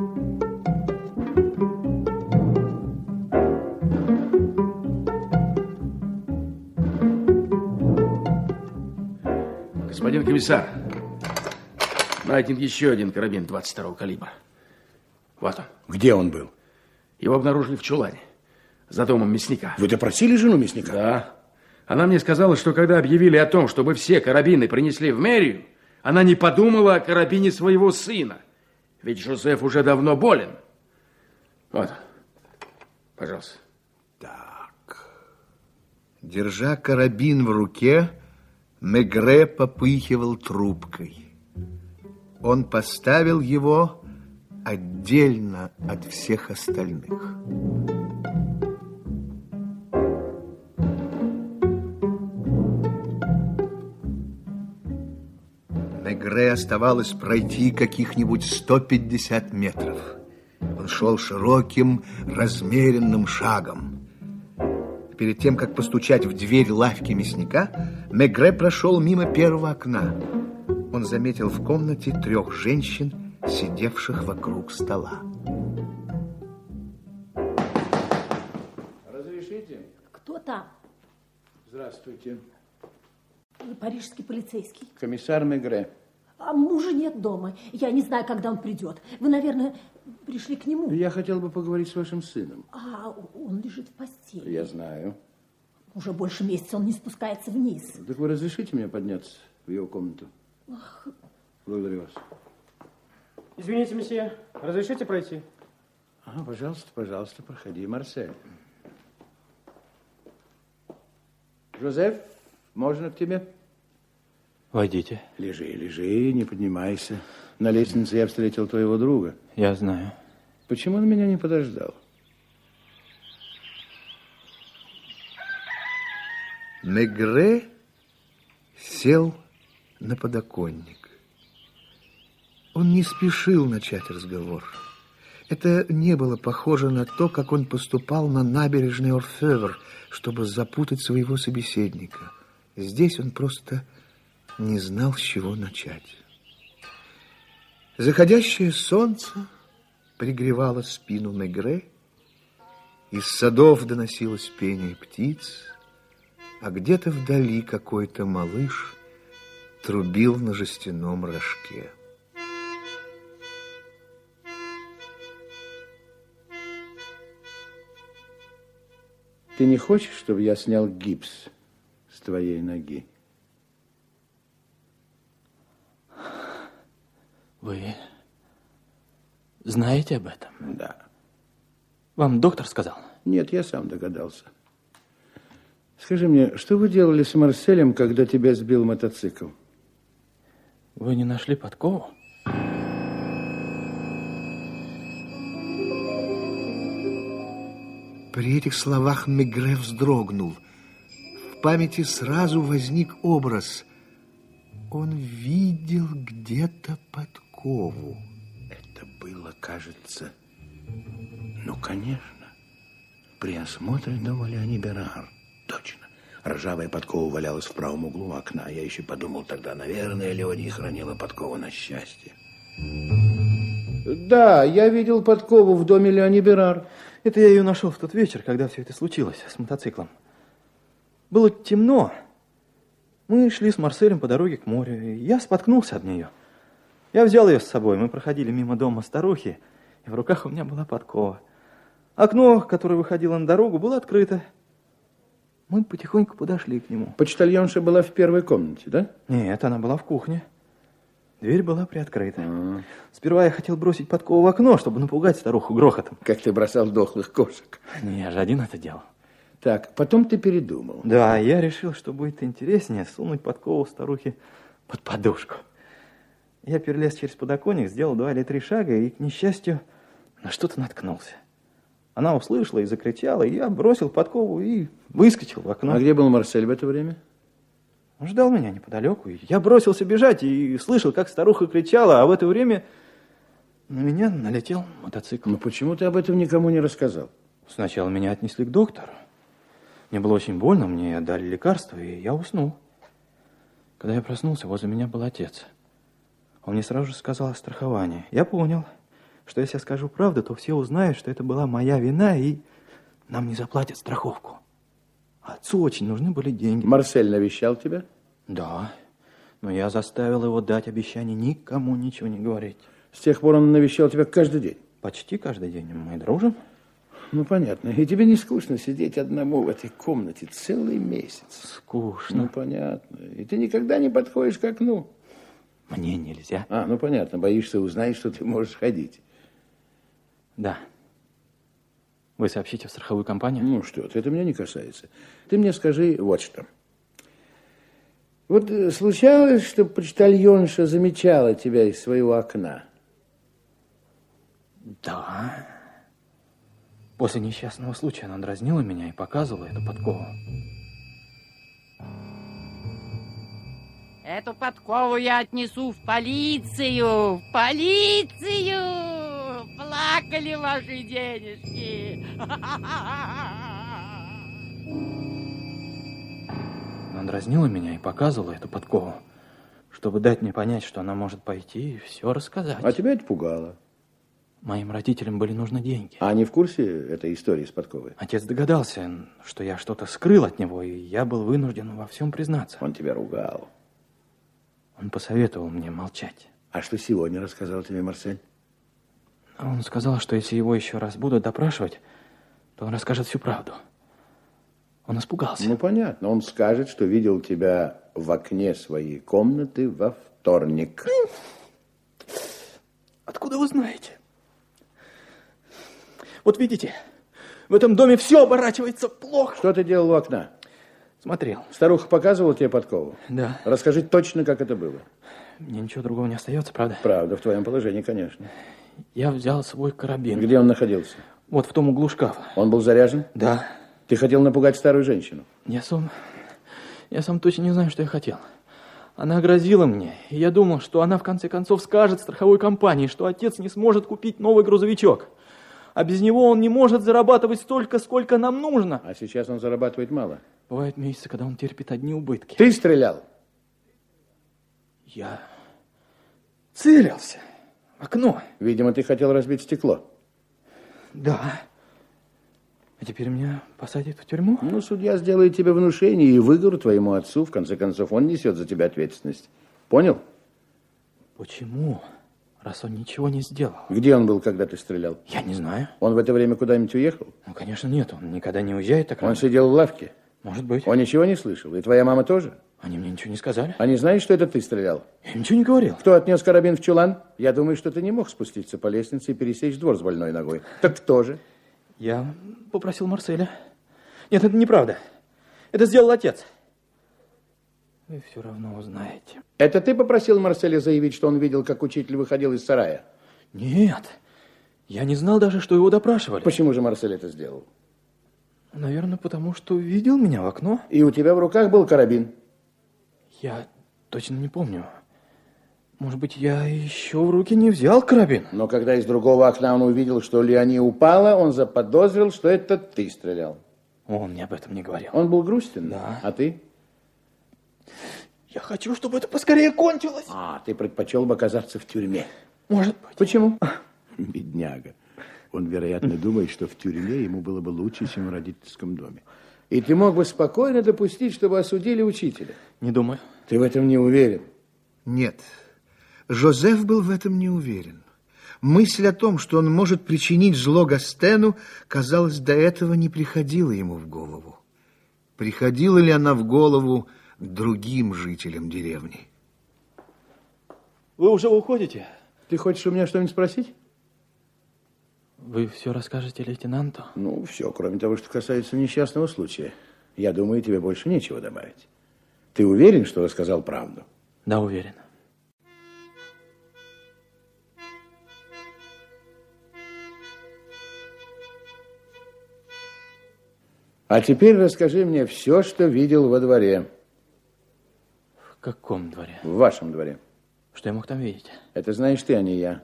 Господин комиссар, найден еще один карабин 22-го калибра. Вот он. Где он был? Его обнаружили в чулане, за домом мясника. Вы допросили жену мясника? Да. Она мне сказала, что когда объявили о том, чтобы все карабины принесли в мэрию, она не подумала о карабине своего сына. Ведь Жозеф уже давно болен. Вот, пожалуйста. Так. Держа карабин в руке, Мегре попыхивал трубкой. Он поставил его отдельно от всех остальных. Мегре оставалось пройти каких-нибудь 150 метров. Он шел широким, размеренным шагом. Перед тем, как постучать в дверь лавки мясника, Мегре прошел мимо первого окна. Он заметил в комнате 3 женщин, сидевших вокруг стола. Разрешите? Кто там? Здравствуйте. Парижский полицейский. Комиссар Мегре. А мужа нет дома. Я не знаю, когда он придет. Вы, наверное, пришли к нему. Я хотел бы поговорить с вашим сыном. А он лежит в постели. Я знаю. Уже больше месяца он не спускается вниз. Так вы разрешите мне подняться в его комнату? Ах. Благодарю вас. Извините, месье, разрешите пройти? Ага, пожалуйста, пожалуйста, проходи, Марсель. Жозеф, можно к тебе? Войдите. Лежи, лежи, не поднимайся. На лестнице я встретил твоего друга. Я знаю. Почему он меня не подождал? Мегре сел на подоконник. Он не спешил начать разговор. Это не было похоже на то, как он поступал на набережной Орфевр, чтобы запутать своего собеседника. Здесь он просто не знал, с чего начать. Заходящее солнце пригревало спину Мегре, из садов доносилось пение птиц, а где-то вдали какой-то малыш трубил на жестяном рожке. Ты не хочешь, чтобы я снял гипс с твоей ноги? Вы знаете об этом? Да. Вам доктор сказал? Нет, я сам догадался. Скажи мне, что вы делали с Марселем, когда тебя сбил мотоцикл? Вы не нашли подкову? При этих словах Мегре вздрогнул. В памяти сразу возник образ. Он видел где-то подкову. Это было, кажется... Ну, конечно. При осмотре дома Леони Берар. Точно. Ржавая подкова валялась в правом углу окна. Я еще подумал тогда, наверное, Леони хранила подкову на счастье. Да, я видел подкову в доме Леони Берар. Это я ее нашел в тот вечер, когда все это случилось с мотоциклом. Было темно. Мы шли с Марселем по дороге к морю, и я споткнулся об нее. Я взял ее с собой, мы проходили мимо дома старухи, и в руках у меня была подкова. Окно, которое выходило на дорогу, было открыто. Мы потихоньку подошли к нему. Почтальонша была в первой комнате, да? Нет, она была в кухне. Дверь была приоткрыта. Сперва я хотел бросить подкову в окно, чтобы напугать старуху грохотом. Как ты бросал дохлых кошек. Не, я же один это делал. Так, потом ты передумал. Да, я решил, что будет интереснее сунуть подкову старухе под подушку. Я перелез через подоконник, сделал 2 или 3 шага и, к несчастью, на что-то наткнулся. Она услышала и закричала, и я бросил подкову и выскочил в окно. А где был Марсель в это время? Он ждал меня неподалеку. Я бросился бежать и слышал, как старуха кричала, а в это время на меня налетел мотоцикл. Но почему ты об этом никому не рассказал? Сначала меня отнесли к доктору. Мне было очень больно, мне дали лекарство, и я уснул. Когда я проснулся, возле меня был отец. Он мне сразу же сказал о страховании. Я понял, что если я скажу правду, то все узнают, что это была моя вина, и нам не заплатят страховку. Отцу очень нужны были деньги. Марсель навещал тебя? Да, но я заставил его дать обещание никому ничего не говорить. С тех пор он навещал тебя каждый день? Почти каждый день. Мы дружим. Ну, понятно. И тебе не скучно сидеть одному в этой комнате целый месяц? Скучно. Ну, понятно. И ты никогда не подходишь к окну? Мне нельзя. А, ну, понятно. Боишься узнать, что ты можешь ходить. Да. Вы сообщите в страховую компанию? Ну, что ты, это меня не касается. Ты мне скажи вот что. Вот случалось, что почтальонша замечала тебя из своего окна? Да. После несчастного случая она дразнила меня и показывала эту подкову. Эту подкову я отнесу в полицию! В полицию! Плакали ваши денежки! Она дразнила меня и показывала эту подкову, чтобы дать мне понять, что она может пойти и все рассказать. А тебя это пугало? Моим родителям были нужны деньги. А они в курсе этой истории с подковой? Отец догадался, что я что-то скрыл от него, и я был вынужден во всем признаться. Он тебя ругал. Он посоветовал мне молчать. А что сегодня рассказал тебе Марсель? Он сказал, что если его еще раз будут допрашивать, то он расскажет всю правду. Он испугался. Ну, понятно. Он скажет, что видел тебя в окне своей комнаты во вторник. Откуда вы знаете? Вот видите, в этом доме все оборачивается плохо. Что ты делал у окна? Смотрел. Старуха показывала тебе подкову? Да. Расскажи точно, как это было. Мне ничего другого не остается, правда? Правда, в твоем положении, конечно. Я взял свой карабин. Где он находился? Вот в том углу шкафа. Он был заряжен? Да. Ты хотел напугать старую женщину? Я сам точно не знаю, что я хотел. Она грозила мне, и я думал, что она в конце концов скажет страховой компании, что отец не сможет купить новый грузовичок. А без него он не может зарабатывать столько, сколько нам нужно. А сейчас он зарабатывает мало. Бывают месяцы, когда он терпит одни убытки. Ты стрелял? Я целился в окно. Видимо, ты хотел разбить стекло. Да. А теперь меня посадят в тюрьму? Ну, судья сделает тебе внушение и выговор твоему отцу. В конце концов, он несет за тебя ответственность. Понял? Почему? Раз он ничего не сделал. Где он был, когда ты стрелял? Я не знаю. Он в это время куда-нибудь уехал? Ну, конечно, нет. Он никогда не уезжает так рано. Он сидел в лавке? Может быть. Он ничего не слышал? И твоя мама тоже? Они мне ничего не сказали. Они знают, что это ты стрелял? Я ничего не говорил. Кто отнес карабин в чулан? Я думаю, что ты не мог спуститься по лестнице и пересечь двор с больной ногой. Так кто же? Я попросил Марселя. Нет, это неправда. Это сделал отец. Вы все равно узнаете. Это ты попросил Марселя заявить, что он видел, как учитель выходил из сарая? Нет. Я не знал даже, что его допрашивали. Почему же Марсель это сделал? Наверное, потому что видел меня в окно. И у тебя в руках был карабин? Я точно не помню. Может быть, я еще в руки не взял карабин. Но когда из другого окна он увидел, что Леони упала, он заподозрил, что это ты стрелял. Он мне об этом не говорил. Он был грустен? Да. А ты? Я хочу, чтобы это поскорее кончилось. А, ты предпочел бы оказаться в тюрьме? Может быть. Почему? Бедняга. Он, вероятно, думает, что в тюрьме ему было бы лучше, чем в родительском доме. И ты мог бы спокойно допустить, чтобы осудили учителя? Не думаю. Ты в этом не уверен? Нет. Жозеф был в этом не уверен. Мысль о том, что он может причинить зло Гастену, казалось, до этого не приходила ему в голову. Приходила ли она в голову другим жителям деревни? Вы уже уходите? Ты хочешь у меня что-нибудь спросить? Вы все расскажете лейтенанту? Ну, все, кроме того, что касается несчастного случая. Я думаю, тебе больше нечего добавить. Ты уверен, что рассказал правду? Да, уверен. А теперь расскажи мне все, что видел во дворе. В каком дворе? В вашем дворе. Что я мог там видеть? Это знаешь ты, а не я.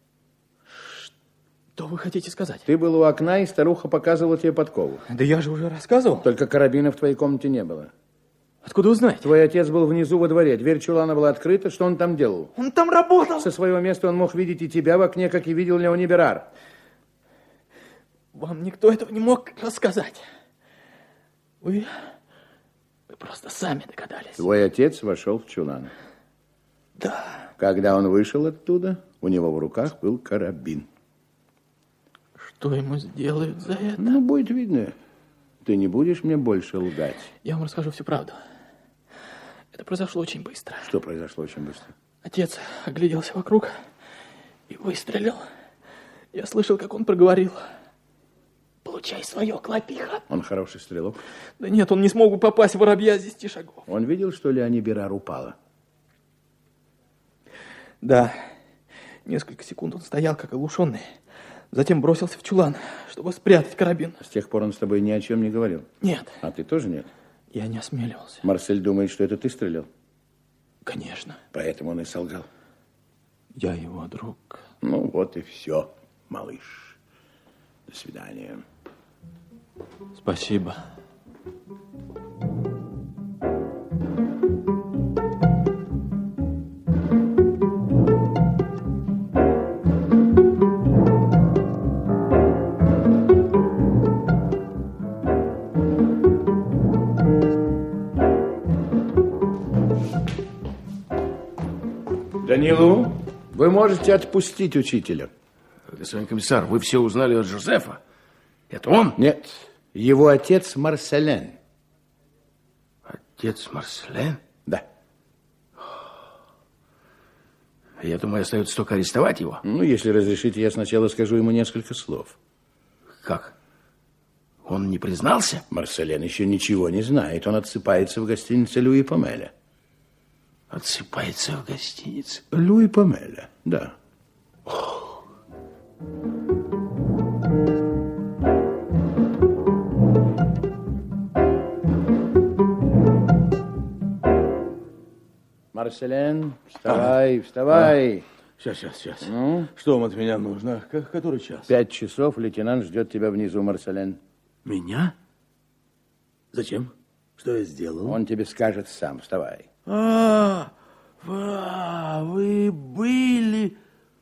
Что вы хотите сказать? Ты был у окна, и старуха показывала тебе подкову. Да я же уже рассказывал. Только карабина в твоей комнате не было. Откуда вы знаете? Твой отец был внизу во дворе, дверь чулана была открыта. Что он там делал? Он там работал. Со своего места он мог видеть и тебя в окне, как и видел Леони Берар. Вам никто этого не мог рассказать. Вы просто сами догадались. Твой отец вошел в чулан. Да. Когда он вышел оттуда, у него в руках был карабин. Что ему сделают за это? Ну, будет видно. Ты не будешь мне больше лгать. Я вам расскажу всю правду. Это произошло очень быстро. Что произошло очень быстро? Отец огляделся вокруг и выстрелил. Я слышал, как он проговорил: получай свое, клопиха. Он хороший стрелок? Да нет, он не смог бы попасть в воробья с 10 шагов. Он видел, что Леони Берар упала? Да. Несколько секунд он стоял, как оглушенный. Затем бросился в чулан, чтобы спрятать карабин. С тех пор он с тобой ни о чем не говорил? Нет. А ты тоже нет? Я не осмеливался. Марсель думает, что это ты стрелял? Конечно. Поэтому он и солгал. Я его друг. Ну вот и все, малыш. До свидания. Спасибо. Данилу, вы можете отпустить учителя. Господин комиссар, вы все узнали от Жозефа? Это он? Нет, его отец Марселен. Отец Марселен? Да. Я думаю, остается только арестовать его. Ну, если разрешите, я сначала скажу ему несколько слов. Как? Он не признался? Марселен еще ничего не знает. Он отсыпается в гостинице Луи Помеля. Отсыпается в гостинице? Луи Помеля, да. Марселен, вставай, вставай. Сейчас. Ну? Что вам от меня нужно? Который час? 5 часов, лейтенант ждет тебя внизу, Марселен. Меня? Зачем? Что я сделал? Он тебе скажет сам, вставай. Вы были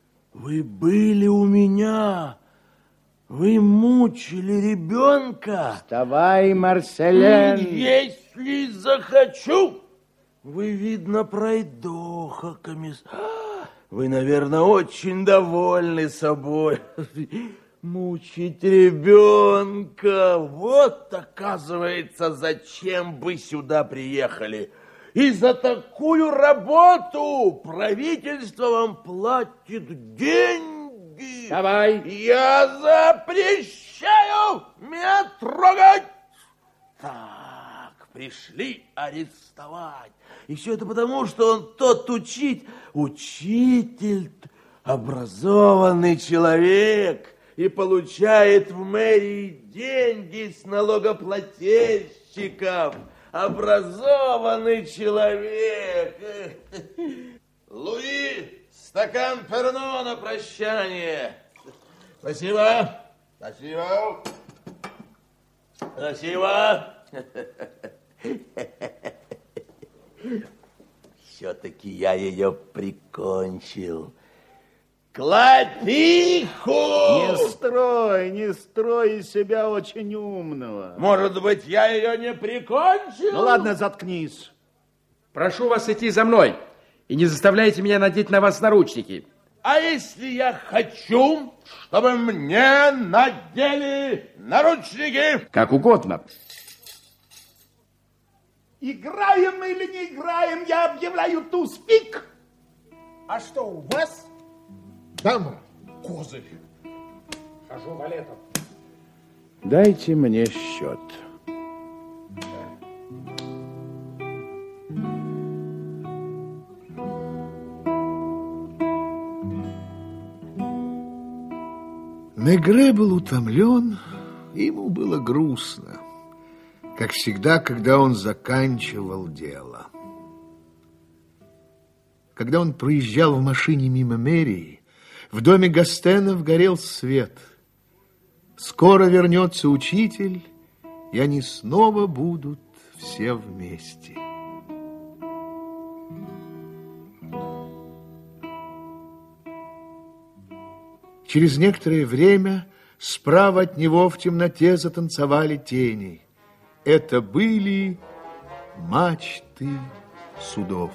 у меня. Вы мучили ребенка. Вставай, Марселен. Если захочу. Вы, видно, пройдоха, комиссар. Вы, наверное, очень довольны собой. Мучить ребенка. Вот, оказывается, зачем вы сюда приехали. И за такую работу правительство вам платит деньги. Давай. Я запрещаю меня трогать. Так, пришли арестовать. И все это потому, что он тот учитель, образованный человек и получает в мэрии деньги с налогоплательщиков. Образованный человек. Луи, стакан Перно на прощание. Спасибо. Все-таки я ее прикончил. Клопиху! Не строй из себя очень умного. Может быть, я ее не прикончил? Ну ладно, заткнись. Прошу вас идти за мной. И не заставляйте меня надеть на вас наручники. А если я хочу, чтобы мне надели наручники? Как угодно. Играем или не играем, я объявляю туз-пик. А что у вас? Дама, козырь. Хожу валетом. Дайте мне счет. Мегре был утомлен, ему было грустно, как всегда, когда он заканчивал дело. Когда он проезжал в машине мимо мэрии, в доме Гастенов горел свет. Скоро вернется учитель, и они снова будут все вместе. Через некоторое время справа от него в темноте затанцевали тени. Это были мачты судов.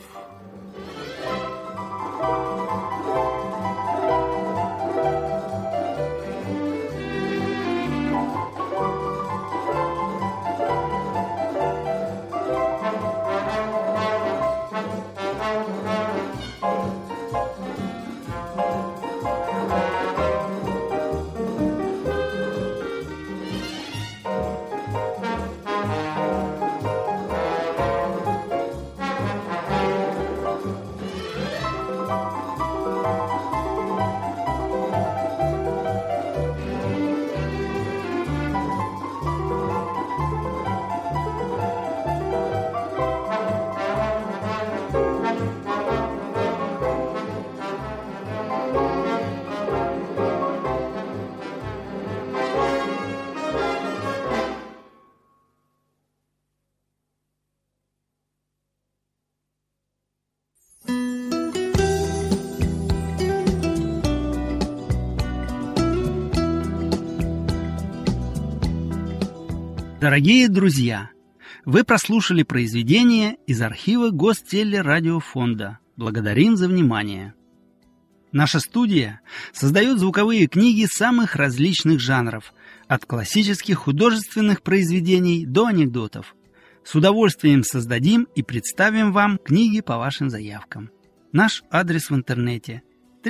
Дорогие друзья, вы прослушали произведение из архива Гостелерадиофонда. Благодарим за внимание. Наша студия создает звуковые книги самых различных жанров, от классических художественных произведений до анекдотов. С удовольствием создадим и представим вам книги по вашим заявкам. Наш адрес в интернете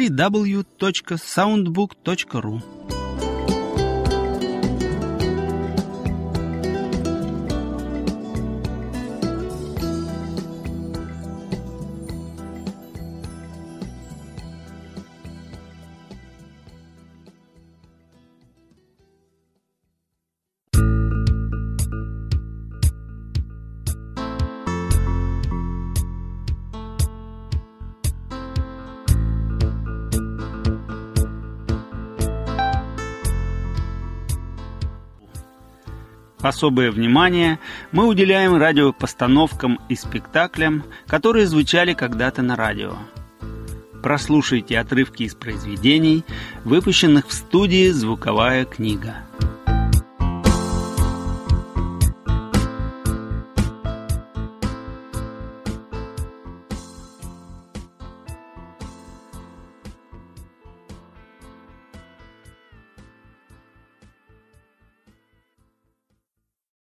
www.soundbook.ru. Особое внимание мы уделяем радиопостановкам и спектаклям, которые звучали когда-то на радио. Прослушайте отрывки из произведений, выпущенных в студии «Звуковая книга».